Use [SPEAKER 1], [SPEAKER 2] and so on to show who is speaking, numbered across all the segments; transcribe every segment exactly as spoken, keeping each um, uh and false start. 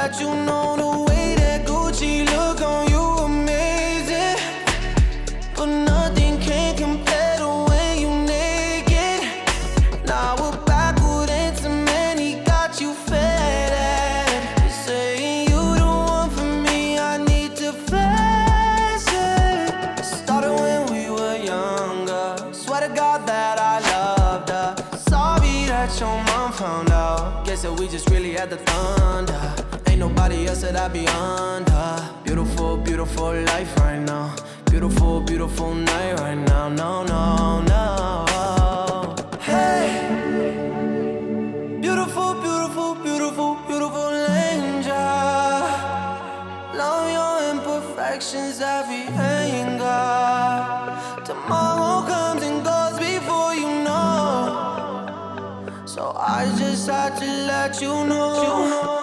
[SPEAKER 1] let you know the way that Gucci look on you amazing. But nothing can compare to when you naked. Now we're backward and cement, he got you fed at. You're saying you the one for me, I need to face it. Started when we were younger, swear to God that I loved her. Sorry that your mom found out, guess that we just really had the thunder. Ain't nobody else that I be under. Beautiful, beautiful life right now. Beautiful, beautiful night right now. No, no, no. Hey, beautiful, beautiful, beautiful, beautiful angel. Love your imperfections, every anger. Tomorrow comes and goes before you know. So I just had to let you know. You know.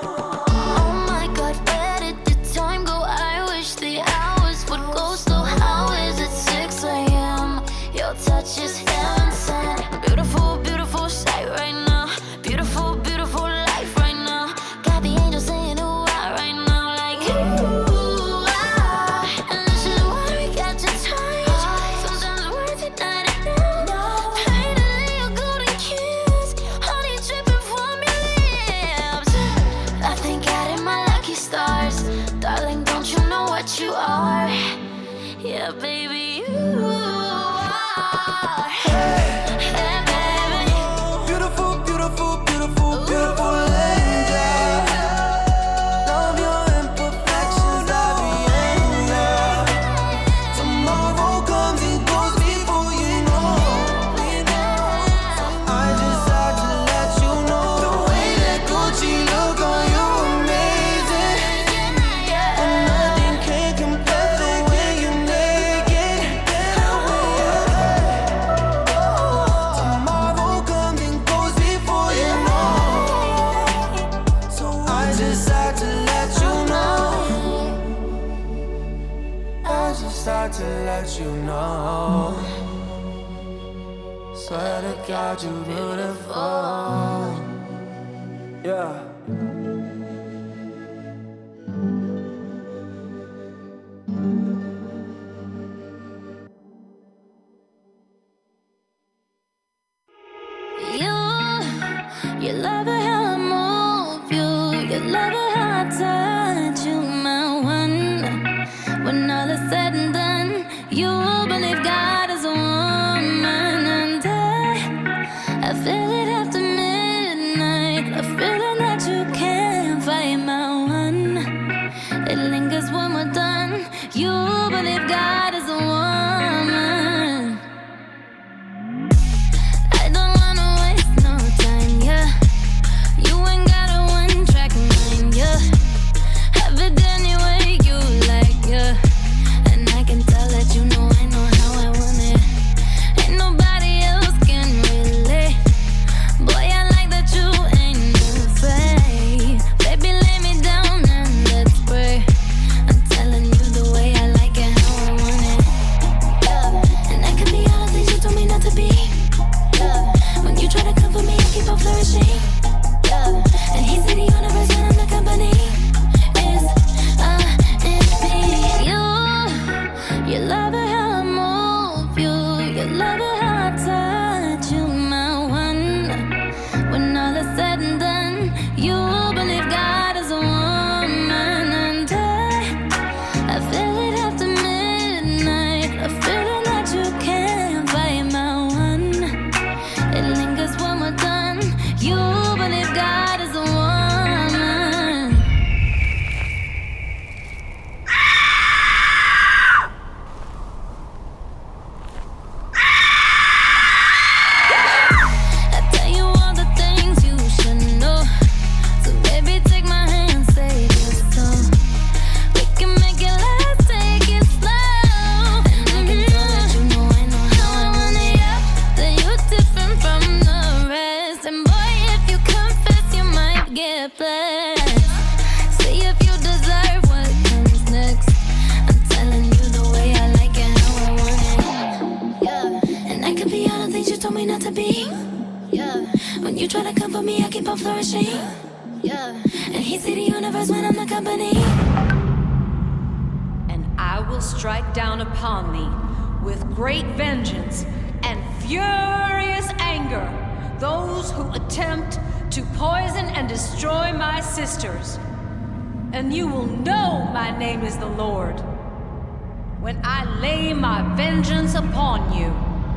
[SPEAKER 2] Touch is heaven sent. Beautiful, beautiful sight right now. Beautiful, beautiful life right now. Got the angels saying ooh ah right now. Like ooh ah. And this is why we got to touch. Sometimes words are not enough. Finally a golden kiss, honey dripping from your lips. I thank God in my lucky stars. Darling, don't you know what you are? Yeah, baby, you.
[SPEAKER 1] To let you know, swear to God you're beautiful. Yeah.
[SPEAKER 2] You, you love it how I move you. You love it how I touch you, my one. When all is said and done, you believe God is a woman, and I, I feel it after midnight, a feeling that you can't fight, my one. It lingers when we're done. You believe God is a woman. I don't wanna waste no time, yeah. You ain't got a one-track mind, yeah. Have it any way you like, yeah. And I can tell that you know I know how I want it. Ain't nobody else can relate. Boy, I like that you ain't afraid. Baby, lay me down and let's pray. I'm telling you the way I like it, how I want it. Yeah. And I can be all the things you told me not to be. Yeah. When you try to come for me, I keep on flourishing. Yeah. And he said he on a person in the company. Is uh, it's me. You, you love it how I move you. You love it how I touch you, my one. When all is said and done, you believe God is a woman, and I, I feel it after midnight, a feeling that you can't fight, my one. It lingers when we're done. You believe God is a woman. I tell you all the things you should know. So baby, take my hand, say this song. We can make it last, take it slow. And I can tell that you know I know how I want it, yeah. That you're different from the rest. And boy, if you confess, you might get blessed. See if you deserve what comes next. I'm telling you the way I like it, how I want it. Yeah. And I can be all the things you told me not to be. Yeah. When you try to come for me, I keep on flourishing. Yeah. And he see the universe when I'm the company.
[SPEAKER 3] And I will strike down upon thee with great vengeance and furious anger those who attempt to poison and destroy my sisters. And you will know my name is the Lord when I lay my vengeance upon you.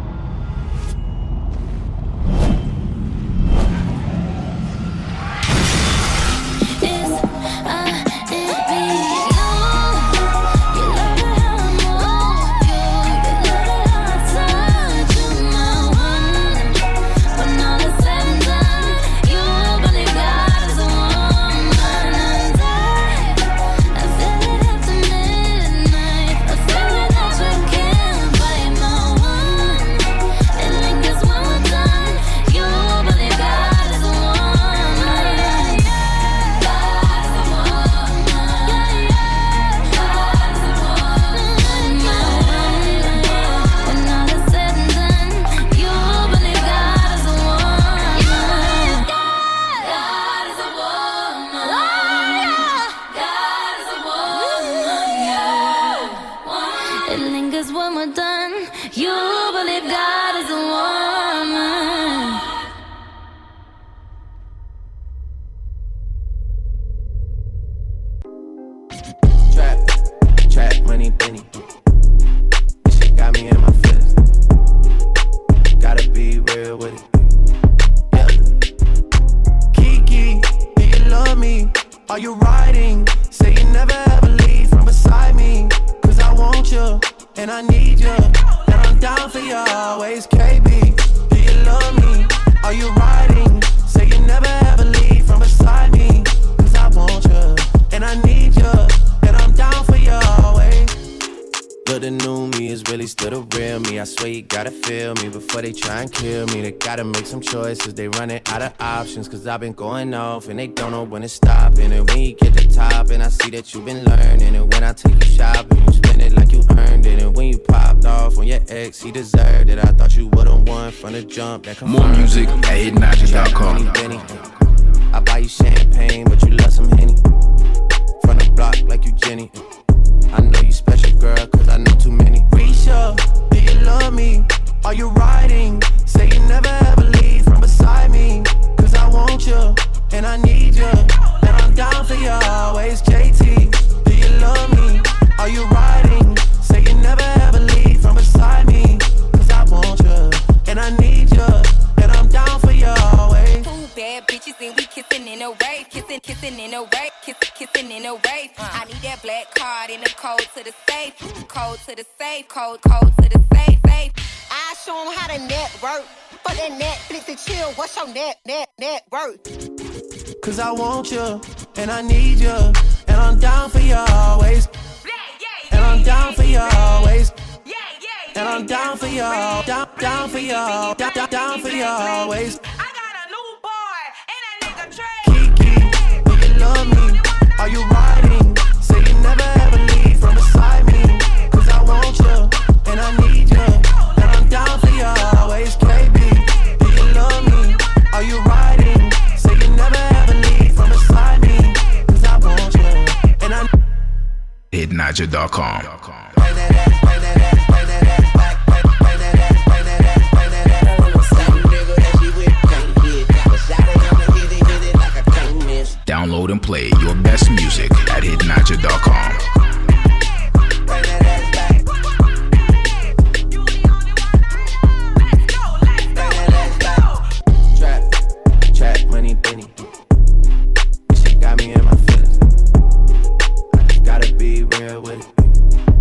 [SPEAKER 1] Choices, they running out of options, cause I've been going off and they don't know when to stop. And then when you get to the top, and I see that you've been learning, and when I take you shopping, you spend it like you earned it. And when you popped off on your ex, he deserved it. I thought you would've won from the jump. That
[SPEAKER 4] More music at hidden naja dot com.
[SPEAKER 1] I buy you champagne, but you love some Henny. From the block like you Jenny. I know you special, girl, cause I know too many. Risha, do you love me? Are you riding? Say you never ever leave from beside me, cause I want you, and I need you, and I'm down for you always. J T, do you love me? Are you riding? Say you never ever leave from beside me, cause I want you, and I need you, and I'm down for you always.
[SPEAKER 5] Two bad bitches and we kissing in a wave, kissing, kissing in a wave, kissing, kissing in a wave. Uh. I need that black card in the code to the safe, code to the safe, code, code to the safe, safe. I show them how to network. For that Netflix and chill, what's your net, net, net worth?
[SPEAKER 1] Cause I want you, and I need you, and I'm down for you always.
[SPEAKER 5] Yeah, yeah, yeah,
[SPEAKER 1] and I'm down for you always.
[SPEAKER 5] Yeah, yeah,
[SPEAKER 1] and I'm down for you, down, down for you, down, down, down for you always.
[SPEAKER 5] I got a new boy, and that nigga Trey.
[SPEAKER 1] Kiki, do you love me? Are you riding? Say you never ever leave from beside me, cause I want you, and I need you, and I'm down for you always. K B, do you love me? Are you riding? Say you never ever leave from beside me, cause I want you, and I
[SPEAKER 4] hidden naja dot com. Download and play your best music at hidden naja dot com.
[SPEAKER 1] She got me in my feelings. I just gotta be real with it.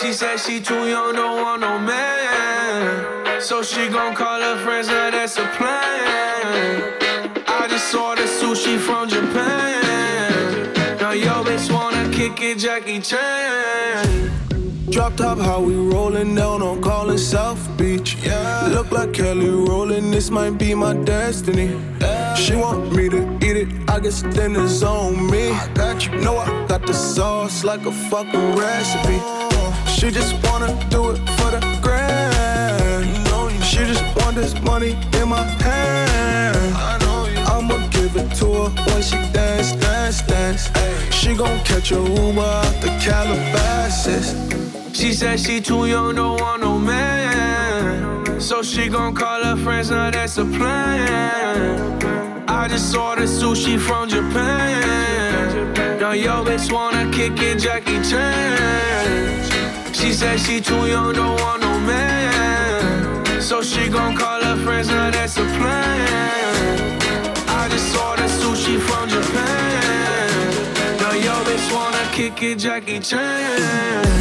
[SPEAKER 1] She said she too young, don't want no man. So she gon' call her friends, now that's a plan. I just ordered sushi from Japan. Now yo bitch wanna kick it, Jackie Chan. Drop top, how we rollin' down on Collins South Beach. Yeah. Look like Kelly rollin', this might be my destiny. Yeah. She want me to eat it, I guess then it's on me. I got you, know I got the sauce like a fucking recipe. She just wanna do it for the grand. You know you she just want this money in my hand. I know you. I'ma give it to her when she dance, dance, dance. Ay. She gon' catch a Uber out the Calabasas. She said she too young, don't want no man. So she gon' call her friends, now that's a plan. I just ordered sushi from Japan. Now yo bitch wanna kick it, Jackie Chan. She said she too young, don't want no man. So she gon' call her friends, now that's a plan. I just ordered sushi from Japan. Now yo bitch wanna kick it, Jackie Chan.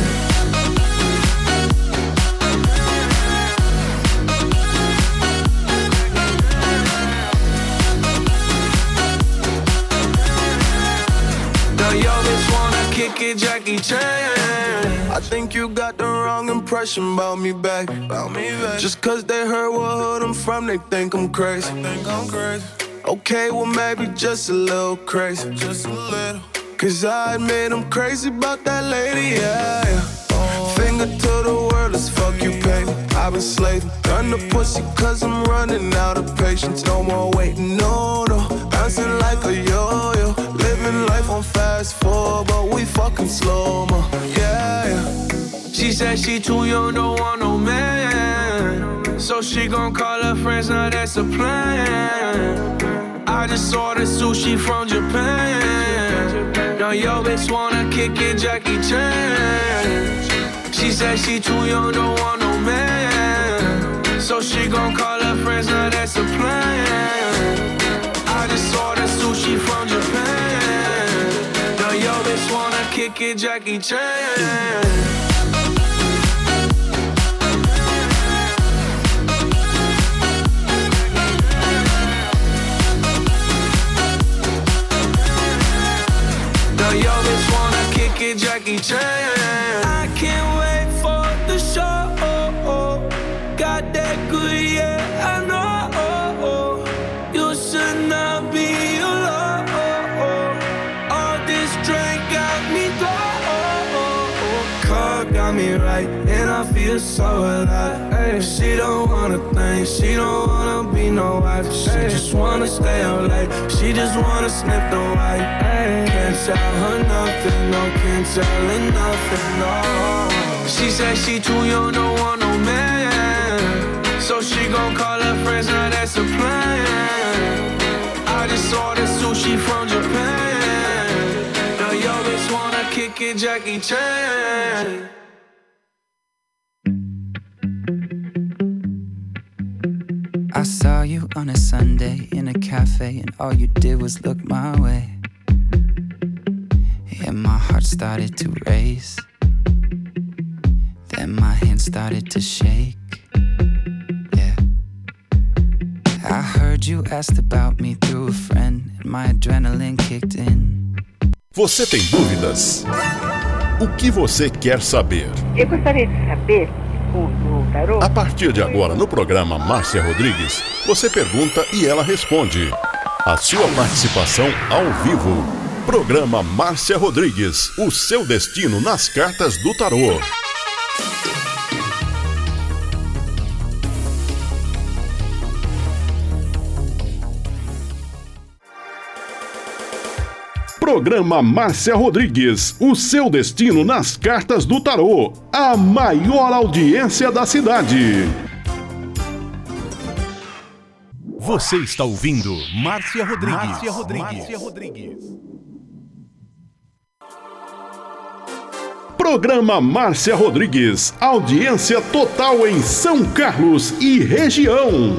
[SPEAKER 1] Yo, bitch wanna kick it, Jackie Chan. I think you got the wrong impression about me back. About me back. Just cause they heard what hood I'm from, they think I'm crazy. They think I'm crazy. Okay, well maybe just a little crazy. Just a little. Cause I admit I'm crazy about that lady, yeah, yeah. Oh. Finger to the world, let's fuck you, baby. I've been slaving, done the pussy cause I'm running out of patience. No more waiting, no, no. Bouncing like a yo-yo. Living life on fast forward, but we fucking slow-mo, yeah, yeah. She said she too young, don't want no man. So she gon' call her friends, now that's a plan. I just ordered sushi from Japan. Now yo bitch wanna kick it, Jackie Chan. She said she too young, don't want no man. So she gon' call her friends, now that's a plan. I just ordered sushi from Japan. Now yo bitch wanna kick it, Jackie Chan. Now yo bitch wanna kick it, Jackie Chan. I can't wait for the show. Got that good, yeah, I know. You should not be alone. All this drink got me low. Car got me right, and I feel so alive. Ay, she don't wanna think, she don't wanna be no wife. She ay, just wanna stay out late, she just wanna sniff the white. Ay, can't tell her nothing, no, can't tell her nothing, no. She said she too young, don't want no man. So she gon' call her friends, now that's a plan. I just ordered sushi from Japan. Now yo bitch wanna kick it, Jackie Chan.
[SPEAKER 6] I saw you on a Sunday in a cafe, and all you did was look my way. And my heart started to race. Then my hands started to shake. Yeah. I heard you asked about me through a friend, and my adrenaline kicked in.
[SPEAKER 7] Você tem dúvidas? O que você quer saber?
[SPEAKER 8] Eu gostaria de saber, o tarô.
[SPEAKER 7] A partir de agora, no programa Márcia Rodrigues, você pergunta e ela responde. A sua participação ao vivo. Programa Márcia Rodrigues, o seu destino nas cartas do tarô. Programa Márcia Rodrigues, o seu destino nas cartas do tarô. A maior audiência da cidade.
[SPEAKER 9] Você está ouvindo Márcia Rodrigues. Márcia Rodrigues. Márcia Rodrigues.
[SPEAKER 7] Programa Márcia Rodrigues, audiência total em São Carlos e região.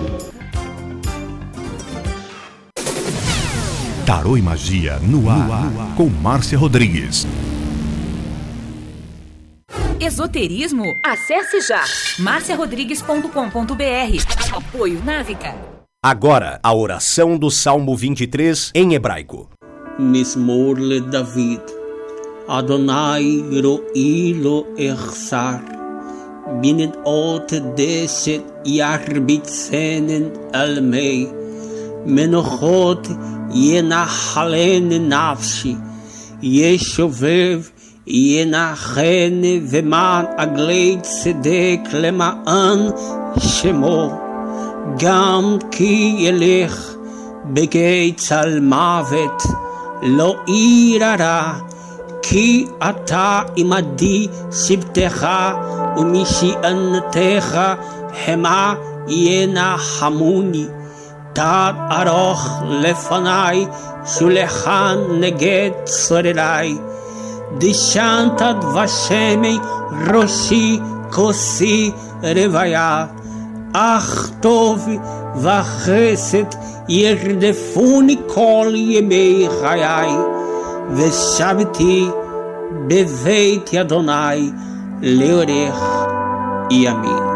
[SPEAKER 9] Tarô e Magia no ar, no ar, com Márcia Rodrigues.
[SPEAKER 10] Esoterismo? Acesse já marcia rodrigues ponto com ponto b r. Apoio Návica.
[SPEAKER 11] Agora, a oração do Salmo vinte e três em hebraico.
[SPEAKER 12] Mismor le David. Adonai ro'i lo echsar. Binnen ot deset yarbitzenen almei. Menochot yenachalen nafshi. Yeshovev ינחן ומען עגלי צדק למען שמו, גם כי ילך בגיא צל מוות לא ירא, כי אתה עמדי שבטך ומשענתך המה ינחמוני. תד ארוך לפני שולחן נגד צורריי. Dishantad vashemei roshi kosi revaya. Ach tov vachesed yerdefuni kol yemei chayai. Veshaviti beveit Adonai leorech yamin.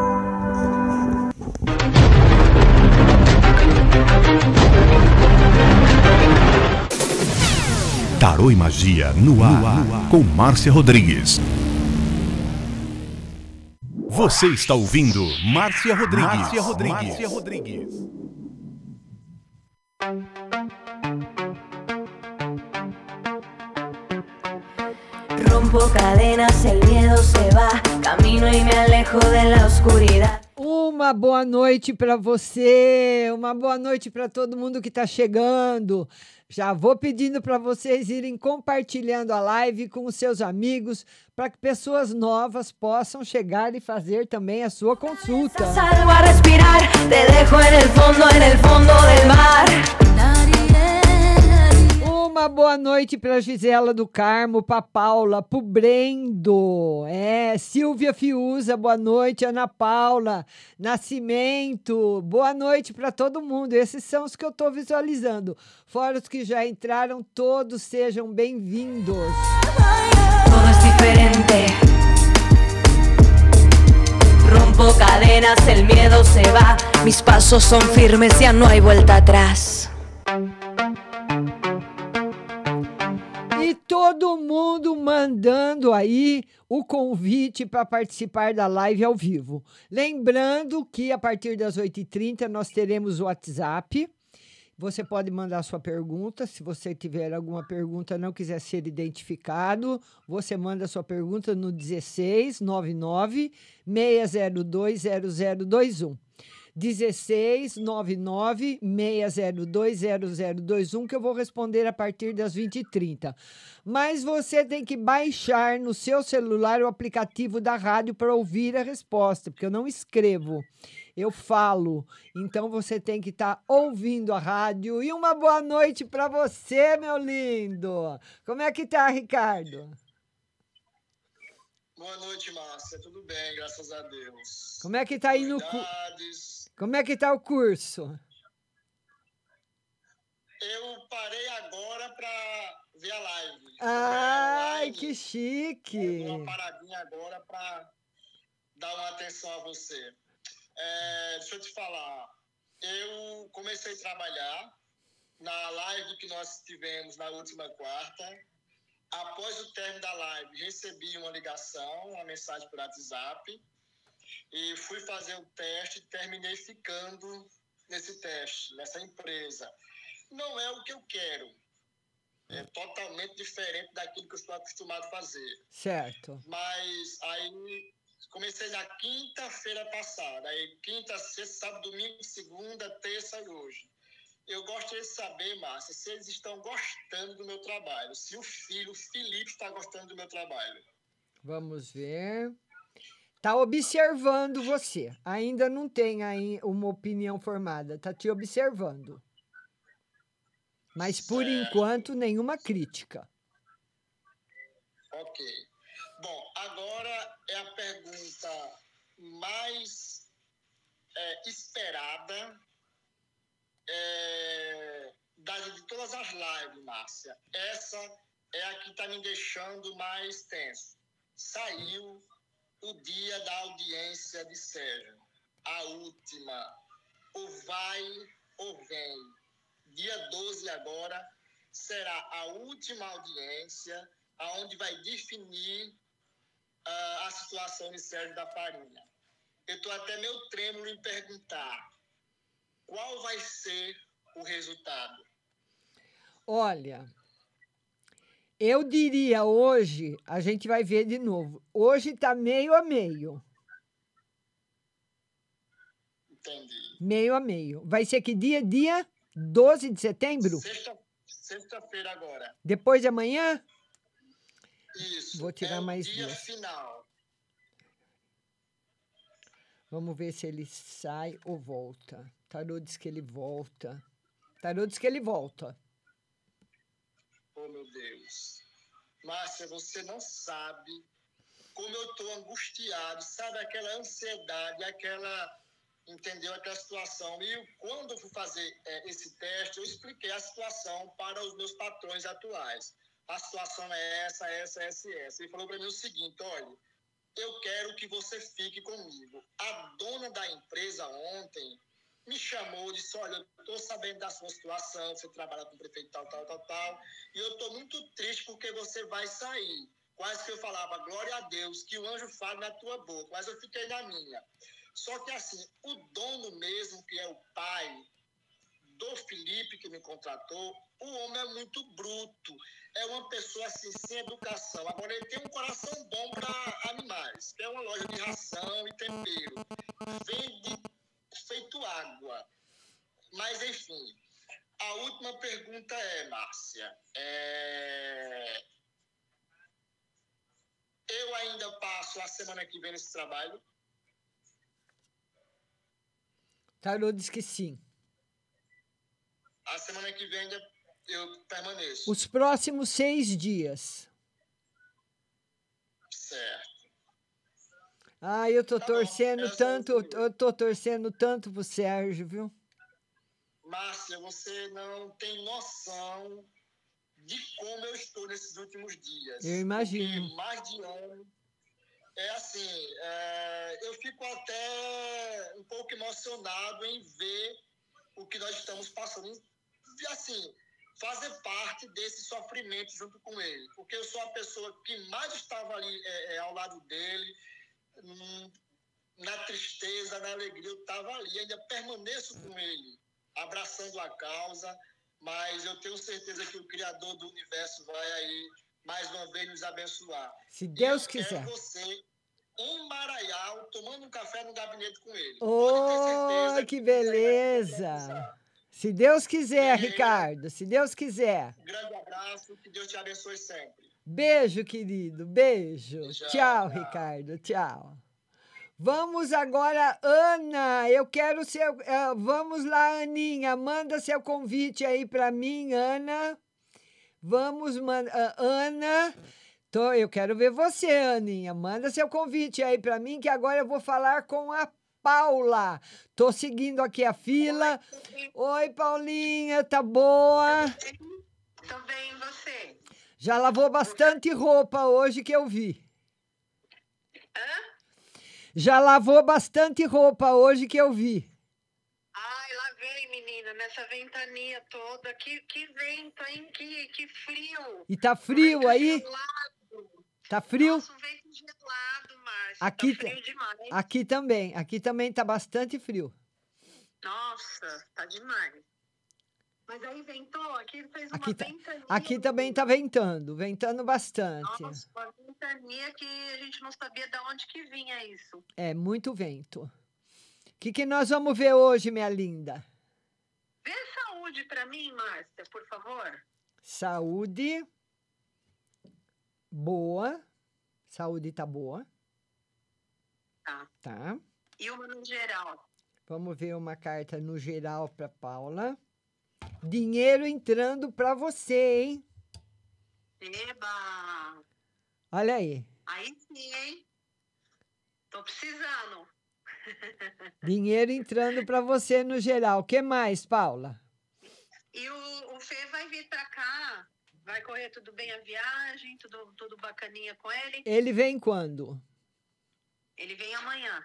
[SPEAKER 9] Tarô e Magia no ar, no ar, com Márcia Rodrigues. Você está ouvindo Márcia Rodrigues. Márcia Rodrigues. Márcia Rodrigues.
[SPEAKER 13] Rompo cadenas, el miedo se va, camino y me alejo de la oscuridad.
[SPEAKER 14] Uma boa noite para você, uma boa noite para todo mundo que está chegando. Já vou pedindo para vocês irem compartilhando a live com os seus amigos para que pessoas novas possam chegar e fazer também a sua consulta.
[SPEAKER 13] Salgo a respirar, te dejo en el fondo, en el fondo del mar.
[SPEAKER 14] Uma boa noite para Gisela do Carmo, para Paula, para o Brendo, é, Silvia Fiuza, boa noite, Ana Paula, Nascimento, boa noite para todo mundo. Esses são os que eu estou visualizando. Fora os que já entraram, todos sejam bem-vindos.
[SPEAKER 13] Todo es diferente. Rompo cadenas, el miedo se va. Mis pasos son firmes, ya no hay vuelta atrás.
[SPEAKER 14] E todo mundo mandando aí o convite para participar da live ao vivo. Lembrando que a partir das oito e trinta nós teremos o WhatsApp. Você pode mandar sua pergunta. Se você tiver alguma pergunta, não quiser ser identificado, você manda sua pergunta no dezesseis nove nove, seis zero dois, zero zero dois um. dezesseis nove nove, seis zero dois, zero zero dois um, que eu vou responder a partir das vinte e trinta. Mas você tem que baixar no seu celular o aplicativo da rádio para ouvir a resposta, porque eu não escrevo, eu falo. Então você tem que estar tá ouvindo a rádio. E uma boa noite para você, meu lindo. Como é que tá, Ricardo?
[SPEAKER 15] Boa noite, Márcia. Tudo bem, graças a Deus.
[SPEAKER 14] Como é que tá aí no curso? Como é que tá o curso?
[SPEAKER 15] Eu parei agora para ver a live.
[SPEAKER 14] Ai,
[SPEAKER 15] live.
[SPEAKER 14] Que chique.
[SPEAKER 15] Eu dou uma paradinha agora para dar uma atenção a você. É, deixa eu te falar. Eu comecei a trabalhar na live que nós tivemos na última quarta. Após o término da live, recebi uma ligação, uma mensagem por WhatsApp e fui fazer o teste e terminei ficando nesse teste, nessa empresa. Não é o que eu quero. É totalmente diferente daquilo que eu estou acostumado a fazer.
[SPEAKER 14] Certo.
[SPEAKER 15] Mas aí comecei na quinta-feira passada. Aí quinta, sexta, sábado, domingo, segunda, terça e hoje. Eu gostaria de saber, Márcia, se eles estão gostando do meu trabalho. Se o filho, o Felipe, está gostando do meu trabalho.
[SPEAKER 14] Vamos ver. Está observando você. Ainda não tem aí uma opinião formada. Está te observando. Mas, por certo. Enquanto, nenhuma crítica.
[SPEAKER 15] Ok. Bom, agora é a pergunta mais é, esperada É, de todas as lives, Márcia. Essa é a que está me deixando mais tenso. Saiu o dia da audiência de Sérgio. A última. O vai ou vem. Dia doze agora será a última audiência, onde vai definir uh, a situação de Sérgio da Farinha. Eu estou até meio trêmulo em perguntar qual vai ser o resultado.
[SPEAKER 14] Olha, eu diria hoje, a gente vai ver de novo. Hoje está meio a meio.
[SPEAKER 15] Entendi.
[SPEAKER 14] Meio a meio. Vai ser que dia? Dia doze de setembro?
[SPEAKER 15] Sexta, sexta-feira agora.
[SPEAKER 14] Depois de amanhã?
[SPEAKER 15] Isso.
[SPEAKER 14] Vou tirar
[SPEAKER 15] é
[SPEAKER 14] mais
[SPEAKER 15] o dia
[SPEAKER 14] dias.
[SPEAKER 15] final.
[SPEAKER 14] Vamos ver se ele sai ou volta. Tarô diz que ele volta. Tarô diz que ele volta.
[SPEAKER 15] Oh, meu Deus. Márcia, você não sabe como eu estou angustiado. Sabe aquela ansiedade, aquela... Entendeu? Aquela situação. E quando eu fui fazer é, esse teste, eu expliquei a situação para os meus patrões atuais. A situação é essa, essa, essa e essa. Ele falou para mim o seguinte, olha, eu quero que você fique comigo. A dona da empresa ontem me chamou e disse, olha, eu estou sabendo da sua situação, você trabalha com o prefeito tal, tal, tal, tal, e eu estou muito triste porque você vai sair. Quase que eu falava, glória a Deus, que o anjo fale na tua boca, mas eu fiquei na minha. Só que assim, o dono mesmo, que é o pai do Felipe que me contratou, o homem é muito bruto. É uma pessoa assim, sem educação. Agora, ele tem um coração bom para animais, que é uma loja de ração e tempero. Vende feito água. Mas, enfim, a última pergunta é, Márcia, é... eu ainda passo a semana que vem nesse trabalho?
[SPEAKER 14] Tarô diz que sim.
[SPEAKER 15] A semana que vem ainda eu permaneço.
[SPEAKER 14] Os próximos seis dias.
[SPEAKER 15] Certo.
[SPEAKER 14] Ah, eu tô
[SPEAKER 15] Tá
[SPEAKER 14] torcendo
[SPEAKER 15] bom,
[SPEAKER 14] tanto,
[SPEAKER 15] eu
[SPEAKER 14] eu tô torcendo tanto pro Sérgio, viu?
[SPEAKER 15] Márcia, você não tem noção de como eu estou nesses últimos dias.
[SPEAKER 14] Eu imagino.
[SPEAKER 15] Porque mais de ano... É assim, é, eu fico até um pouco emocionado em ver o que nós estamos passando. E, assim, fazer parte desse sofrimento junto com ele. Porque eu sou a pessoa que mais estava ali é, é, ao lado dele, hum, na tristeza, na alegria, eu estava ali. Ainda permaneço com ele, abraçando a causa, mas eu tenho certeza que o Criador do Universo vai aí, mais uma vez, nos abençoar.
[SPEAKER 14] Se Deus
[SPEAKER 15] e eu
[SPEAKER 14] quiser.
[SPEAKER 15] Quero você em Maraial, tomando um café no gabinete com ele.
[SPEAKER 14] Oh, que beleza! Se Deus quiser,
[SPEAKER 15] e,
[SPEAKER 14] Ricardo, se Deus quiser.
[SPEAKER 15] Um grande abraço, que Deus te abençoe sempre.
[SPEAKER 14] Beijo, querido, beijo.
[SPEAKER 15] Tchau,
[SPEAKER 14] tchau,
[SPEAKER 15] tchau.
[SPEAKER 14] Ricardo, tchau. Vamos agora, Ana, eu quero seu... Uh, vamos lá, Aninha, manda seu convite aí para mim, Ana. Vamos, man... uh, Ana... Tô, eu quero ver você, Aninha. Manda seu convite aí para mim, que agora eu vou falar com a Paula. Tô seguindo aqui a fila. Oi, Paulinha, tá boa?
[SPEAKER 16] Tô bem, e você?
[SPEAKER 14] Já lavou bastante roupa hoje que eu vi.
[SPEAKER 16] Hã?
[SPEAKER 14] Já lavou bastante roupa hoje que eu vi.
[SPEAKER 16] Ai, lavei, menina, nessa ventania toda. Que, que vento, hein? Que, que frio.
[SPEAKER 14] E tá frio aí?
[SPEAKER 16] Gelado.
[SPEAKER 14] Tá frio?
[SPEAKER 16] Nossa, um vento gelado, Márcia.
[SPEAKER 14] Aqui,
[SPEAKER 16] tá frio demais.
[SPEAKER 14] Aqui também. Aqui também tá bastante frio.
[SPEAKER 16] Nossa, tá demais. Mas aí ventou, aqui fez uma
[SPEAKER 14] aqui tá,
[SPEAKER 16] ventania.
[SPEAKER 14] Aqui também tá ventando, ventando bastante.
[SPEAKER 16] Nossa, uma ventania que a gente não sabia de onde que vinha isso.
[SPEAKER 14] É, muito vento. O que, que nós vamos ver hoje, minha linda?
[SPEAKER 16] Vê saúde pra mim, Márcia, por favor.
[SPEAKER 14] Saúde. Boa. Saúde tá boa.
[SPEAKER 16] Tá.
[SPEAKER 14] Tá.
[SPEAKER 16] E uma no geral?
[SPEAKER 14] Vamos ver uma carta no geral para Paula. Dinheiro entrando para você, hein?
[SPEAKER 16] Eba!
[SPEAKER 14] Olha aí.
[SPEAKER 16] Aí sim, hein? Tô precisando.
[SPEAKER 14] Dinheiro entrando para você no geral. O que mais, Paula?
[SPEAKER 16] E o, o Fê vai vir para cá? Vai correr tudo bem a viagem? Tudo, tudo bacaninha com ele?
[SPEAKER 14] Ele vem quando?
[SPEAKER 16] Ele vem amanhã.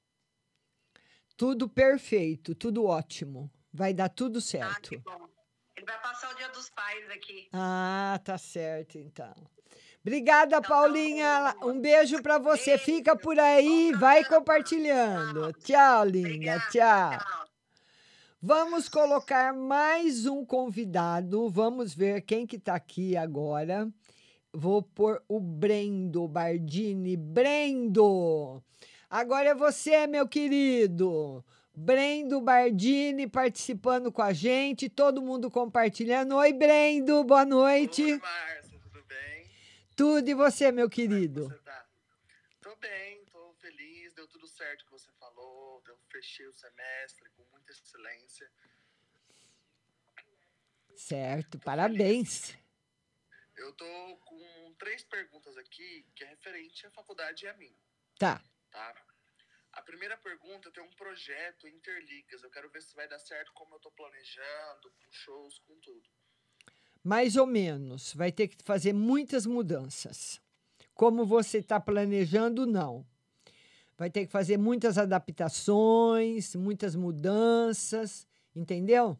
[SPEAKER 14] Tudo perfeito, tudo ótimo. Vai dar tudo
[SPEAKER 16] Ah,
[SPEAKER 14] certo.
[SPEAKER 16] que bom. Ele vai passar o Dia dos Pais aqui.
[SPEAKER 14] Ah, tá certo, então. Obrigada, Paulinha. Um beijo pra você. Fica por aí, vai compartilhando. Tchau, linda. Tchau. Vamos colocar mais um convidado. Vamos ver quem que tá aqui agora. Vou pôr o Brendo Bardini. Brendo! Agora é você, meu querido. Brendo Bardini participando com a gente, todo mundo compartilhando. Oi, Brendo, boa noite.
[SPEAKER 17] Oi, Márcia, tudo bem?
[SPEAKER 14] Tudo, e você, meu querido?
[SPEAKER 17] Como é que você tá? Tô bem, tô feliz, deu tudo certo que você falou, eu fechei o semestre com muita excelência.
[SPEAKER 14] Certo, parabéns.
[SPEAKER 17] Eu tô com três perguntas aqui que é referente à faculdade e a mim.
[SPEAKER 14] Tá.
[SPEAKER 17] Tá? A primeira pergunta tem um projeto Interligas. Eu quero ver se vai dar certo como eu tô planejando, com shows, com tudo.
[SPEAKER 14] Mais ou menos. Vai ter que fazer muitas mudanças. Como você está planejando, não. Vai ter que fazer muitas adaptações, muitas mudanças, entendeu?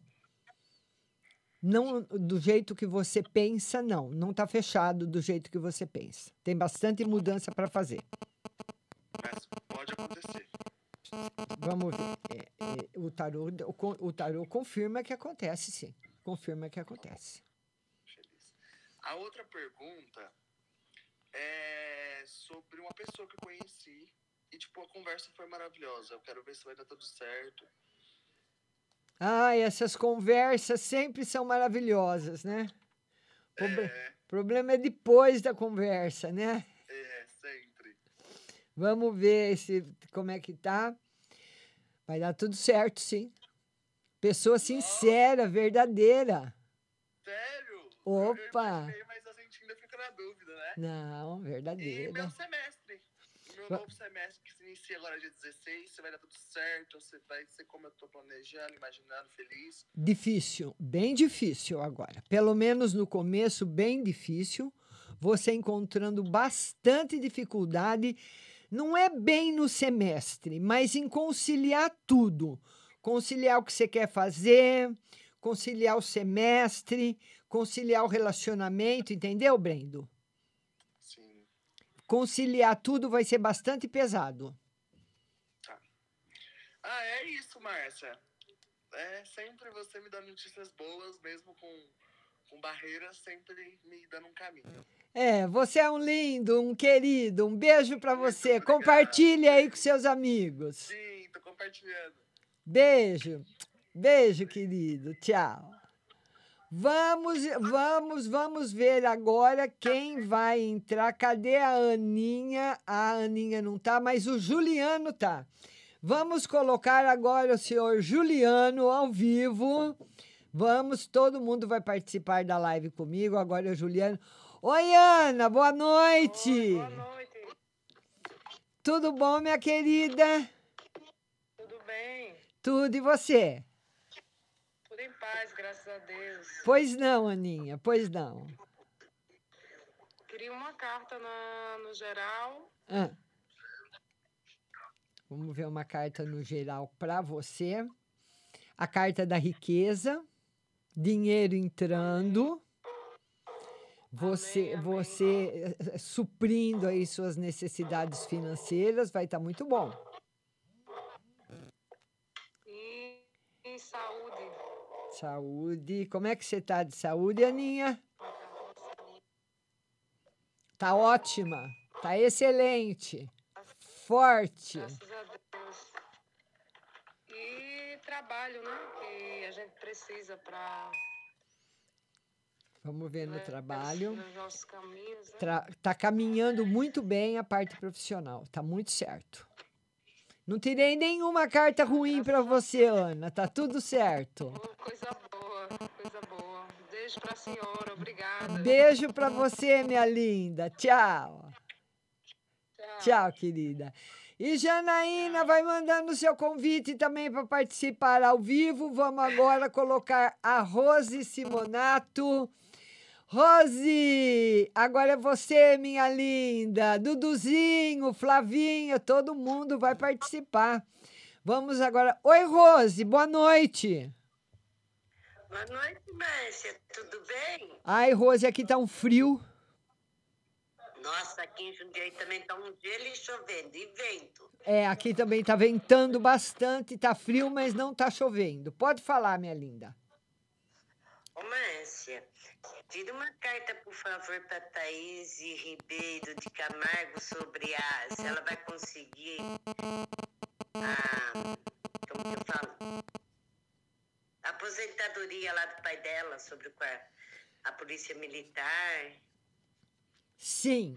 [SPEAKER 14] Não do jeito que você pensa, não. Não está fechado do jeito que você pensa. Tem bastante mudança para fazer.
[SPEAKER 17] Mas pode acontecer.
[SPEAKER 14] Vamos ver. É, é, o, tarô, o, o tarô confirma que acontece, sim. Confirma que acontece.
[SPEAKER 17] Feliz. A outra pergunta é sobre uma pessoa que eu conheci e, tipo, a conversa foi maravilhosa. Eu quero ver se vai dar tudo certo.
[SPEAKER 14] Ah, essas conversas sempre são maravilhosas, né? O proble-
[SPEAKER 17] É.
[SPEAKER 14] problema é depois da conversa, né?
[SPEAKER 17] É, sempre.
[SPEAKER 14] Vamos ver se, como é que tá. Vai dar tudo certo, sim. Pessoa sincera, verdadeira.
[SPEAKER 17] Sério?
[SPEAKER 14] Opa!
[SPEAKER 17] Eu imaginei, mas a gente ainda fica na dúvida, né?
[SPEAKER 14] Não,
[SPEAKER 17] E
[SPEAKER 14] verdadeira.
[SPEAKER 17] meu semestre. O meu
[SPEAKER 14] Va-
[SPEAKER 17] novo semestre que se inicia agora dia dezesseis, se vai dar tudo certo, se vai ser como eu tô planejando, imaginando, feliz.
[SPEAKER 14] Difícil, bem difícil agora. Pelo menos no começo, bem difícil. Você encontrando bastante dificuldade, não é bem no semestre, mas em conciliar tudo. Conciliar o que você quer fazer, conciliar o semestre, conciliar o relacionamento, entendeu, Brendo?
[SPEAKER 17] Sim.
[SPEAKER 14] Conciliar tudo vai ser bastante pesado.
[SPEAKER 17] Ah, é isso, Márcia. É sempre você me dando notícias boas, mesmo com, com barreiras, sempre me dando um caminho.
[SPEAKER 14] É, você é um lindo, um querido. Um beijo pra você. Compartilhe aí com seus amigos.
[SPEAKER 17] Sim, tô compartilhando.
[SPEAKER 14] Beijo. Beijo, querido. Tchau. Vamos, vamos, vamos ver agora quem vai entrar. Cadê a Aninha? A Aninha não tá, mas o Juliano tá. Vamos colocar agora o senhor Juliano ao vivo. Vamos, todo mundo vai participar da live comigo. Agora é o Juliano. Oi, Ana, boa noite.
[SPEAKER 18] Oi, boa noite.
[SPEAKER 14] Tudo bom, minha querida?
[SPEAKER 18] Tudo bem?
[SPEAKER 14] Tudo, e você?
[SPEAKER 18] Tudo em paz, graças a Deus.
[SPEAKER 14] Pois não, Aninha, pois não.
[SPEAKER 18] Queria uma carta na, no geral.
[SPEAKER 14] Ah. Vamos ver uma carta no geral para você. A carta da riqueza, dinheiro entrando, você, você eh, suprindo aí suas necessidades financeiras, vai estar muito bom.
[SPEAKER 18] E, e saúde.
[SPEAKER 14] Saúde. Como é que você está de saúde, Aninha? Tá ótima, tá excelente, forte.
[SPEAKER 18] Graças a Deus. E trabalho, né? Que a gente precisa para...
[SPEAKER 14] Vamos ver no trabalho.
[SPEAKER 18] Nos nossos caminhos, né?
[SPEAKER 14] Tra- tá caminhando muito bem a parte profissional, tá muito certo. Não tirei nenhuma carta ruim para você, Ana, tá tudo certo.
[SPEAKER 18] Coisa boa, coisa boa. Beijo pra senhora, obrigada.
[SPEAKER 14] Beijo para você, minha linda. Tchau.
[SPEAKER 18] Tchau.
[SPEAKER 14] Tchau, querida. E Janaína vai mandando seu convite também para participar ao vivo. Vamos agora colocar a Rose Simonato. Rose, agora é você, minha linda. Duduzinho, Flavinha, todo mundo vai participar. Vamos agora. Oi, Rose, boa noite.
[SPEAKER 19] Boa noite, Márcia. Tudo bem?
[SPEAKER 14] Ai, Rose, aqui tá um frio.
[SPEAKER 19] Nossa, aqui em Jundiaí também tá um gelo e chovendo, e vento.
[SPEAKER 14] É, aqui também tá ventando bastante, tá frio, mas não tá chovendo. Pode falar, minha linda.
[SPEAKER 19] Ô, Márcia, tira uma carta, por favor, para Thaís Ribeiro de Camargo sobre a... se ela vai conseguir a... como que eu falo? A aposentadoria lá do pai dela, sobre o, a polícia militar.
[SPEAKER 14] Sim.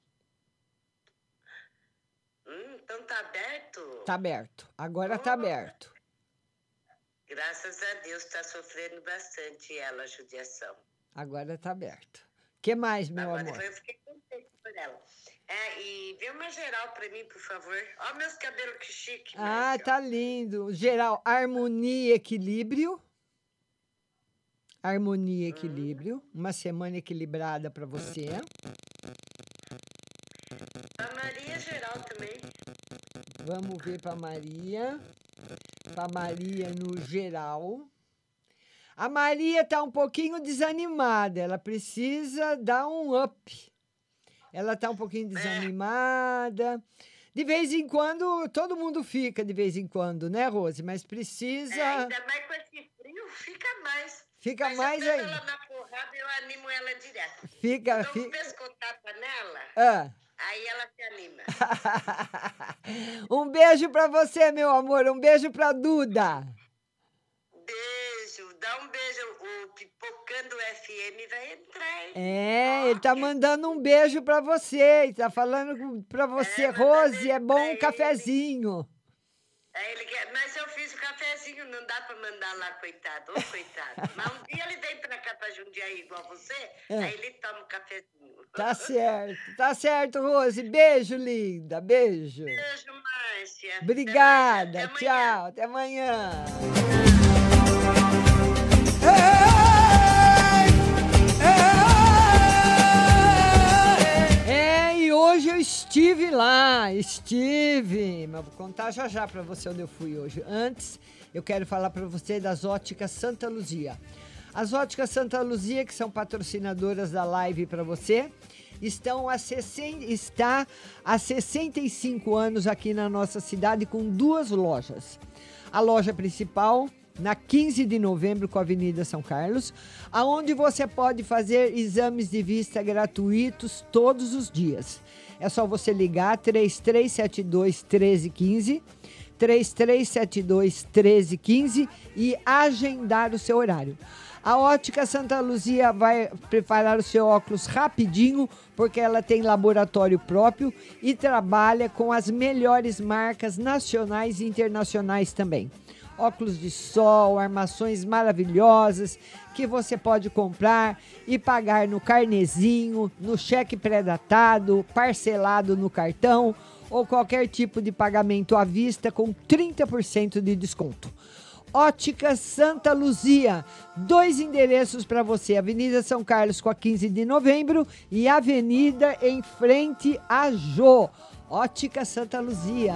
[SPEAKER 19] Hum, então tá aberto?
[SPEAKER 14] Tá aberto. Agora tá aberto.
[SPEAKER 19] Graças a Deus tá sofrendo bastante ela, a judiação.
[SPEAKER 14] Agora tá aberto. O que mais, meu
[SPEAKER 19] Agora,
[SPEAKER 14] amor?
[SPEAKER 19] Eu fiquei contente por ela. É, e vê uma geral pra mim, por favor. Ó meus cabelos que chique.
[SPEAKER 14] Ah,
[SPEAKER 19] Márcia.
[SPEAKER 14] tá lindo. Geral, harmonia e equilíbrio. Harmonia e equilíbrio. Uma semana equilibrada pra você.
[SPEAKER 19] A Maria geral também.
[SPEAKER 14] Vamos ver pra Maria. Pra Maria no geral. A Maria tá um pouquinho desanimada. Ela precisa dar um up. Ela tá um pouquinho desanimada. De vez em quando, todo mundo fica de vez em quando, né, Rose? Mas precisa...
[SPEAKER 19] É, ainda mais com esse frio, fica mais.
[SPEAKER 14] Fica
[SPEAKER 19] Mas
[SPEAKER 14] mais
[SPEAKER 19] eu
[SPEAKER 14] ainda.
[SPEAKER 19] ela na porrada, eu animo ela direto.
[SPEAKER 14] Fica,
[SPEAKER 19] eu dou
[SPEAKER 14] fica.
[SPEAKER 19] um pescotapa nela,
[SPEAKER 14] Ah.
[SPEAKER 19] aí ela se anima.
[SPEAKER 14] Um beijo pra você, meu amor. Um beijo pra Duda.
[SPEAKER 19] Beijo, dá um beijo. O Pipocando F M vai entrar, hein?
[SPEAKER 14] É, ele tá mandando um beijo pra você. Ele tá falando pra você, Rose, é bom um cafezinho.
[SPEAKER 19] Aí ele quer, mas eu fiz o cafezinho, não dá pra mandar lá, coitado, ô coitado. Mas um dia ele vem pra cá, pra Jundiaí, igual você,
[SPEAKER 14] É.
[SPEAKER 19] aí ele toma um cafezinho.
[SPEAKER 14] Tá certo, tá certo, Rose. Beijo, linda, beijo.
[SPEAKER 19] Beijo, Márcia.
[SPEAKER 14] Obrigada,
[SPEAKER 19] Até amanhã.
[SPEAKER 14] tchau, até amanhã. É, e hoje eu estive lá, estive, mas vou contar já já pra você onde eu fui hoje. Antes, eu quero falar pra você das Óticas Santa Luzia. As Óticas Santa Luzia, que são patrocinadoras da live pra você, estão há sessenta, está há sessenta e cinco anos aqui na nossa cidade com duas lojas. A loja principal na quinze de novembro com a Avenida São Carlos, aonde você pode fazer exames de vista gratuitos todos os dias. É só você ligar três três sete dois, um três um cinco, três três sete dois, um três um cinco e agendar o seu horário. A Ótica Santa Luzia vai preparar o seu óculos rapidinho, porque ela tem laboratório próprio e trabalha com as melhores marcas nacionais e internacionais também. Óculos de sol, armações maravilhosas que você pode comprar e pagar no carnezinho, no cheque pré-datado, parcelado no cartão ou qualquer tipo de pagamento à vista com trinta por cento de desconto. Ótica Santa Luzia, dois endereços para você, Avenida São Carlos com a quinze de novembro e Avenida em frente a Jô. Ótica Santa Luzia.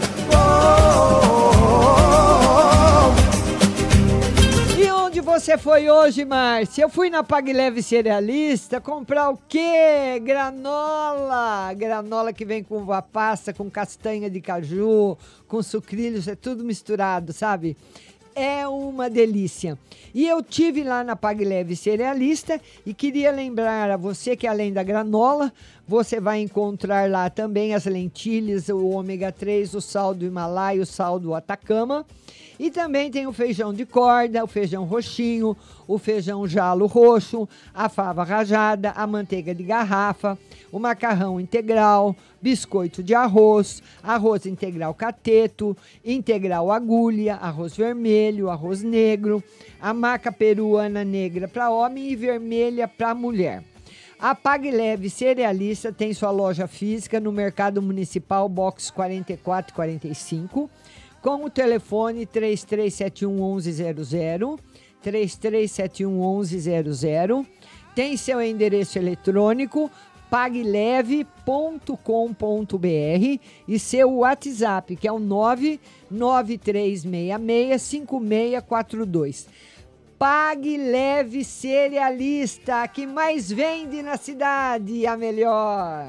[SPEAKER 14] E onde você foi hoje, Márcia? Eu fui na Pague Leve Cerealista comprar o quê? Granola. Granola que vem com uva passa, com castanha de caju, com sucrilhos, é tudo misturado, sabe? É uma delícia. E eu tive lá na Pague Leve Cerealista e queria lembrar a você que além da granola, você vai encontrar lá também as lentilhas, o ômega três, o sal do Himalaia, o sal do Atacama. E também tem o feijão de corda, o feijão roxinho, o feijão jalo roxo, a fava rajada, a manteiga de garrafa, o macarrão integral, biscoito de arroz, arroz integral cateto, integral agulha, arroz vermelho, arroz negro, a maca peruana negra para homem e vermelha para mulher. A Pague Leve Cerealista tem sua loja física no Mercado Municipal, box quarenta e quatro quarenta e cinco, com o telefone três três sete um, um um zero zero, três três sete um, um um zero zero, tem seu endereço eletrônico pagleve ponto com ponto b r e seu WhatsApp, que é o nove nove três seis seis cinco seis quatro dois. Pague Leve Cerealista, que mais vende na cidade, a melhor.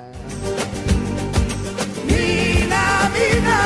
[SPEAKER 1] Mina, mina.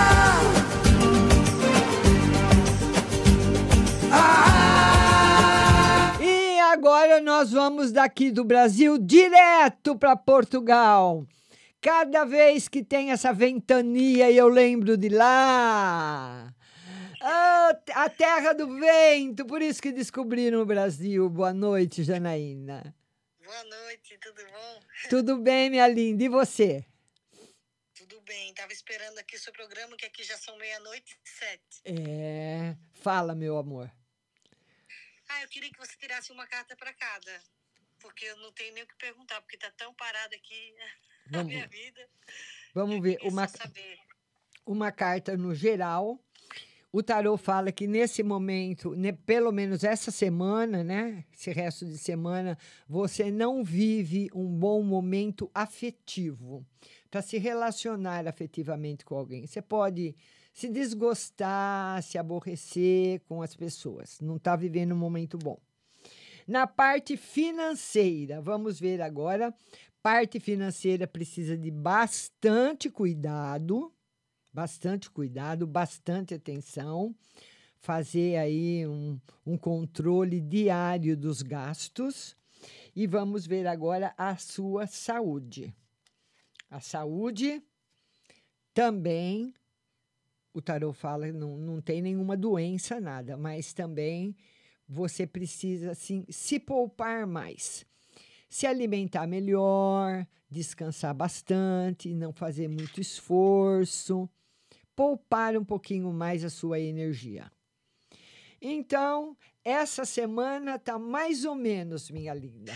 [SPEAKER 1] Ah.
[SPEAKER 14] E agora nós vamos daqui do Brasil direto para Portugal. Cada vez que tem essa ventania, eu lembro de lá. Ah, a terra do vento, por isso que descobriram o Brasil. Boa noite, Janaína.
[SPEAKER 20] Boa noite, tudo bom?
[SPEAKER 14] Tudo bem, minha linda, e você?
[SPEAKER 20] Tudo bem, tava esperando aqui o seu programa, que aqui já são meia-noite e sete.
[SPEAKER 14] É, fala, meu amor.
[SPEAKER 20] Ah, eu queria que você tirasse uma carta para cada, porque eu não tenho nem o que perguntar, porque tá tão parado aqui a minha vida.
[SPEAKER 14] Vamos ver, uma, uma carta no geral. O tarô fala que nesse momento, né, pelo menos essa semana, né, esse resto de semana, você não vive um bom momento afetivo para se relacionar afetivamente com alguém. Você pode se desgostar, se aborrecer com as pessoas. Não está vivendo um momento bom. Na parte financeira, vamos ver agora. Parte financeira precisa de bastante cuidado. Bastante cuidado, bastante atenção, fazer aí um, um controle diário dos gastos. E vamos ver agora a sua saúde. A saúde também, o tarô fala que não, não tem nenhuma doença, nada, mas também você precisa assim, se poupar mais. Se alimentar melhor, descansar bastante, não fazer muito esforço, poupar um pouquinho mais a sua energia. Então, essa semana tá mais ou menos, minha linda.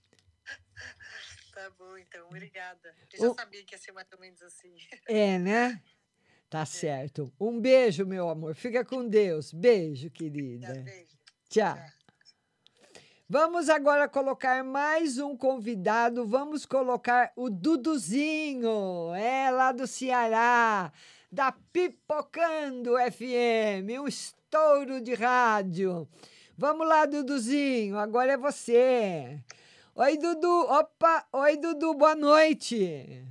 [SPEAKER 20] Tá bom, então, obrigada. Eu já
[SPEAKER 14] O...
[SPEAKER 20] sabia que ia ser mais ou menos assim.
[SPEAKER 14] É, né? Tá certo. Um beijo, meu amor. Fica com Deus. Beijo, querida.
[SPEAKER 20] Beijo.
[SPEAKER 14] Tchau. Tchau. Vamos agora colocar mais um convidado. Vamos colocar o Duduzinho, é lá do Ceará, da Pipocando F M, um estouro de rádio. Vamos lá, Duduzinho, agora é você. Oi, Dudu. Opa, oi, Dudu, boa noite.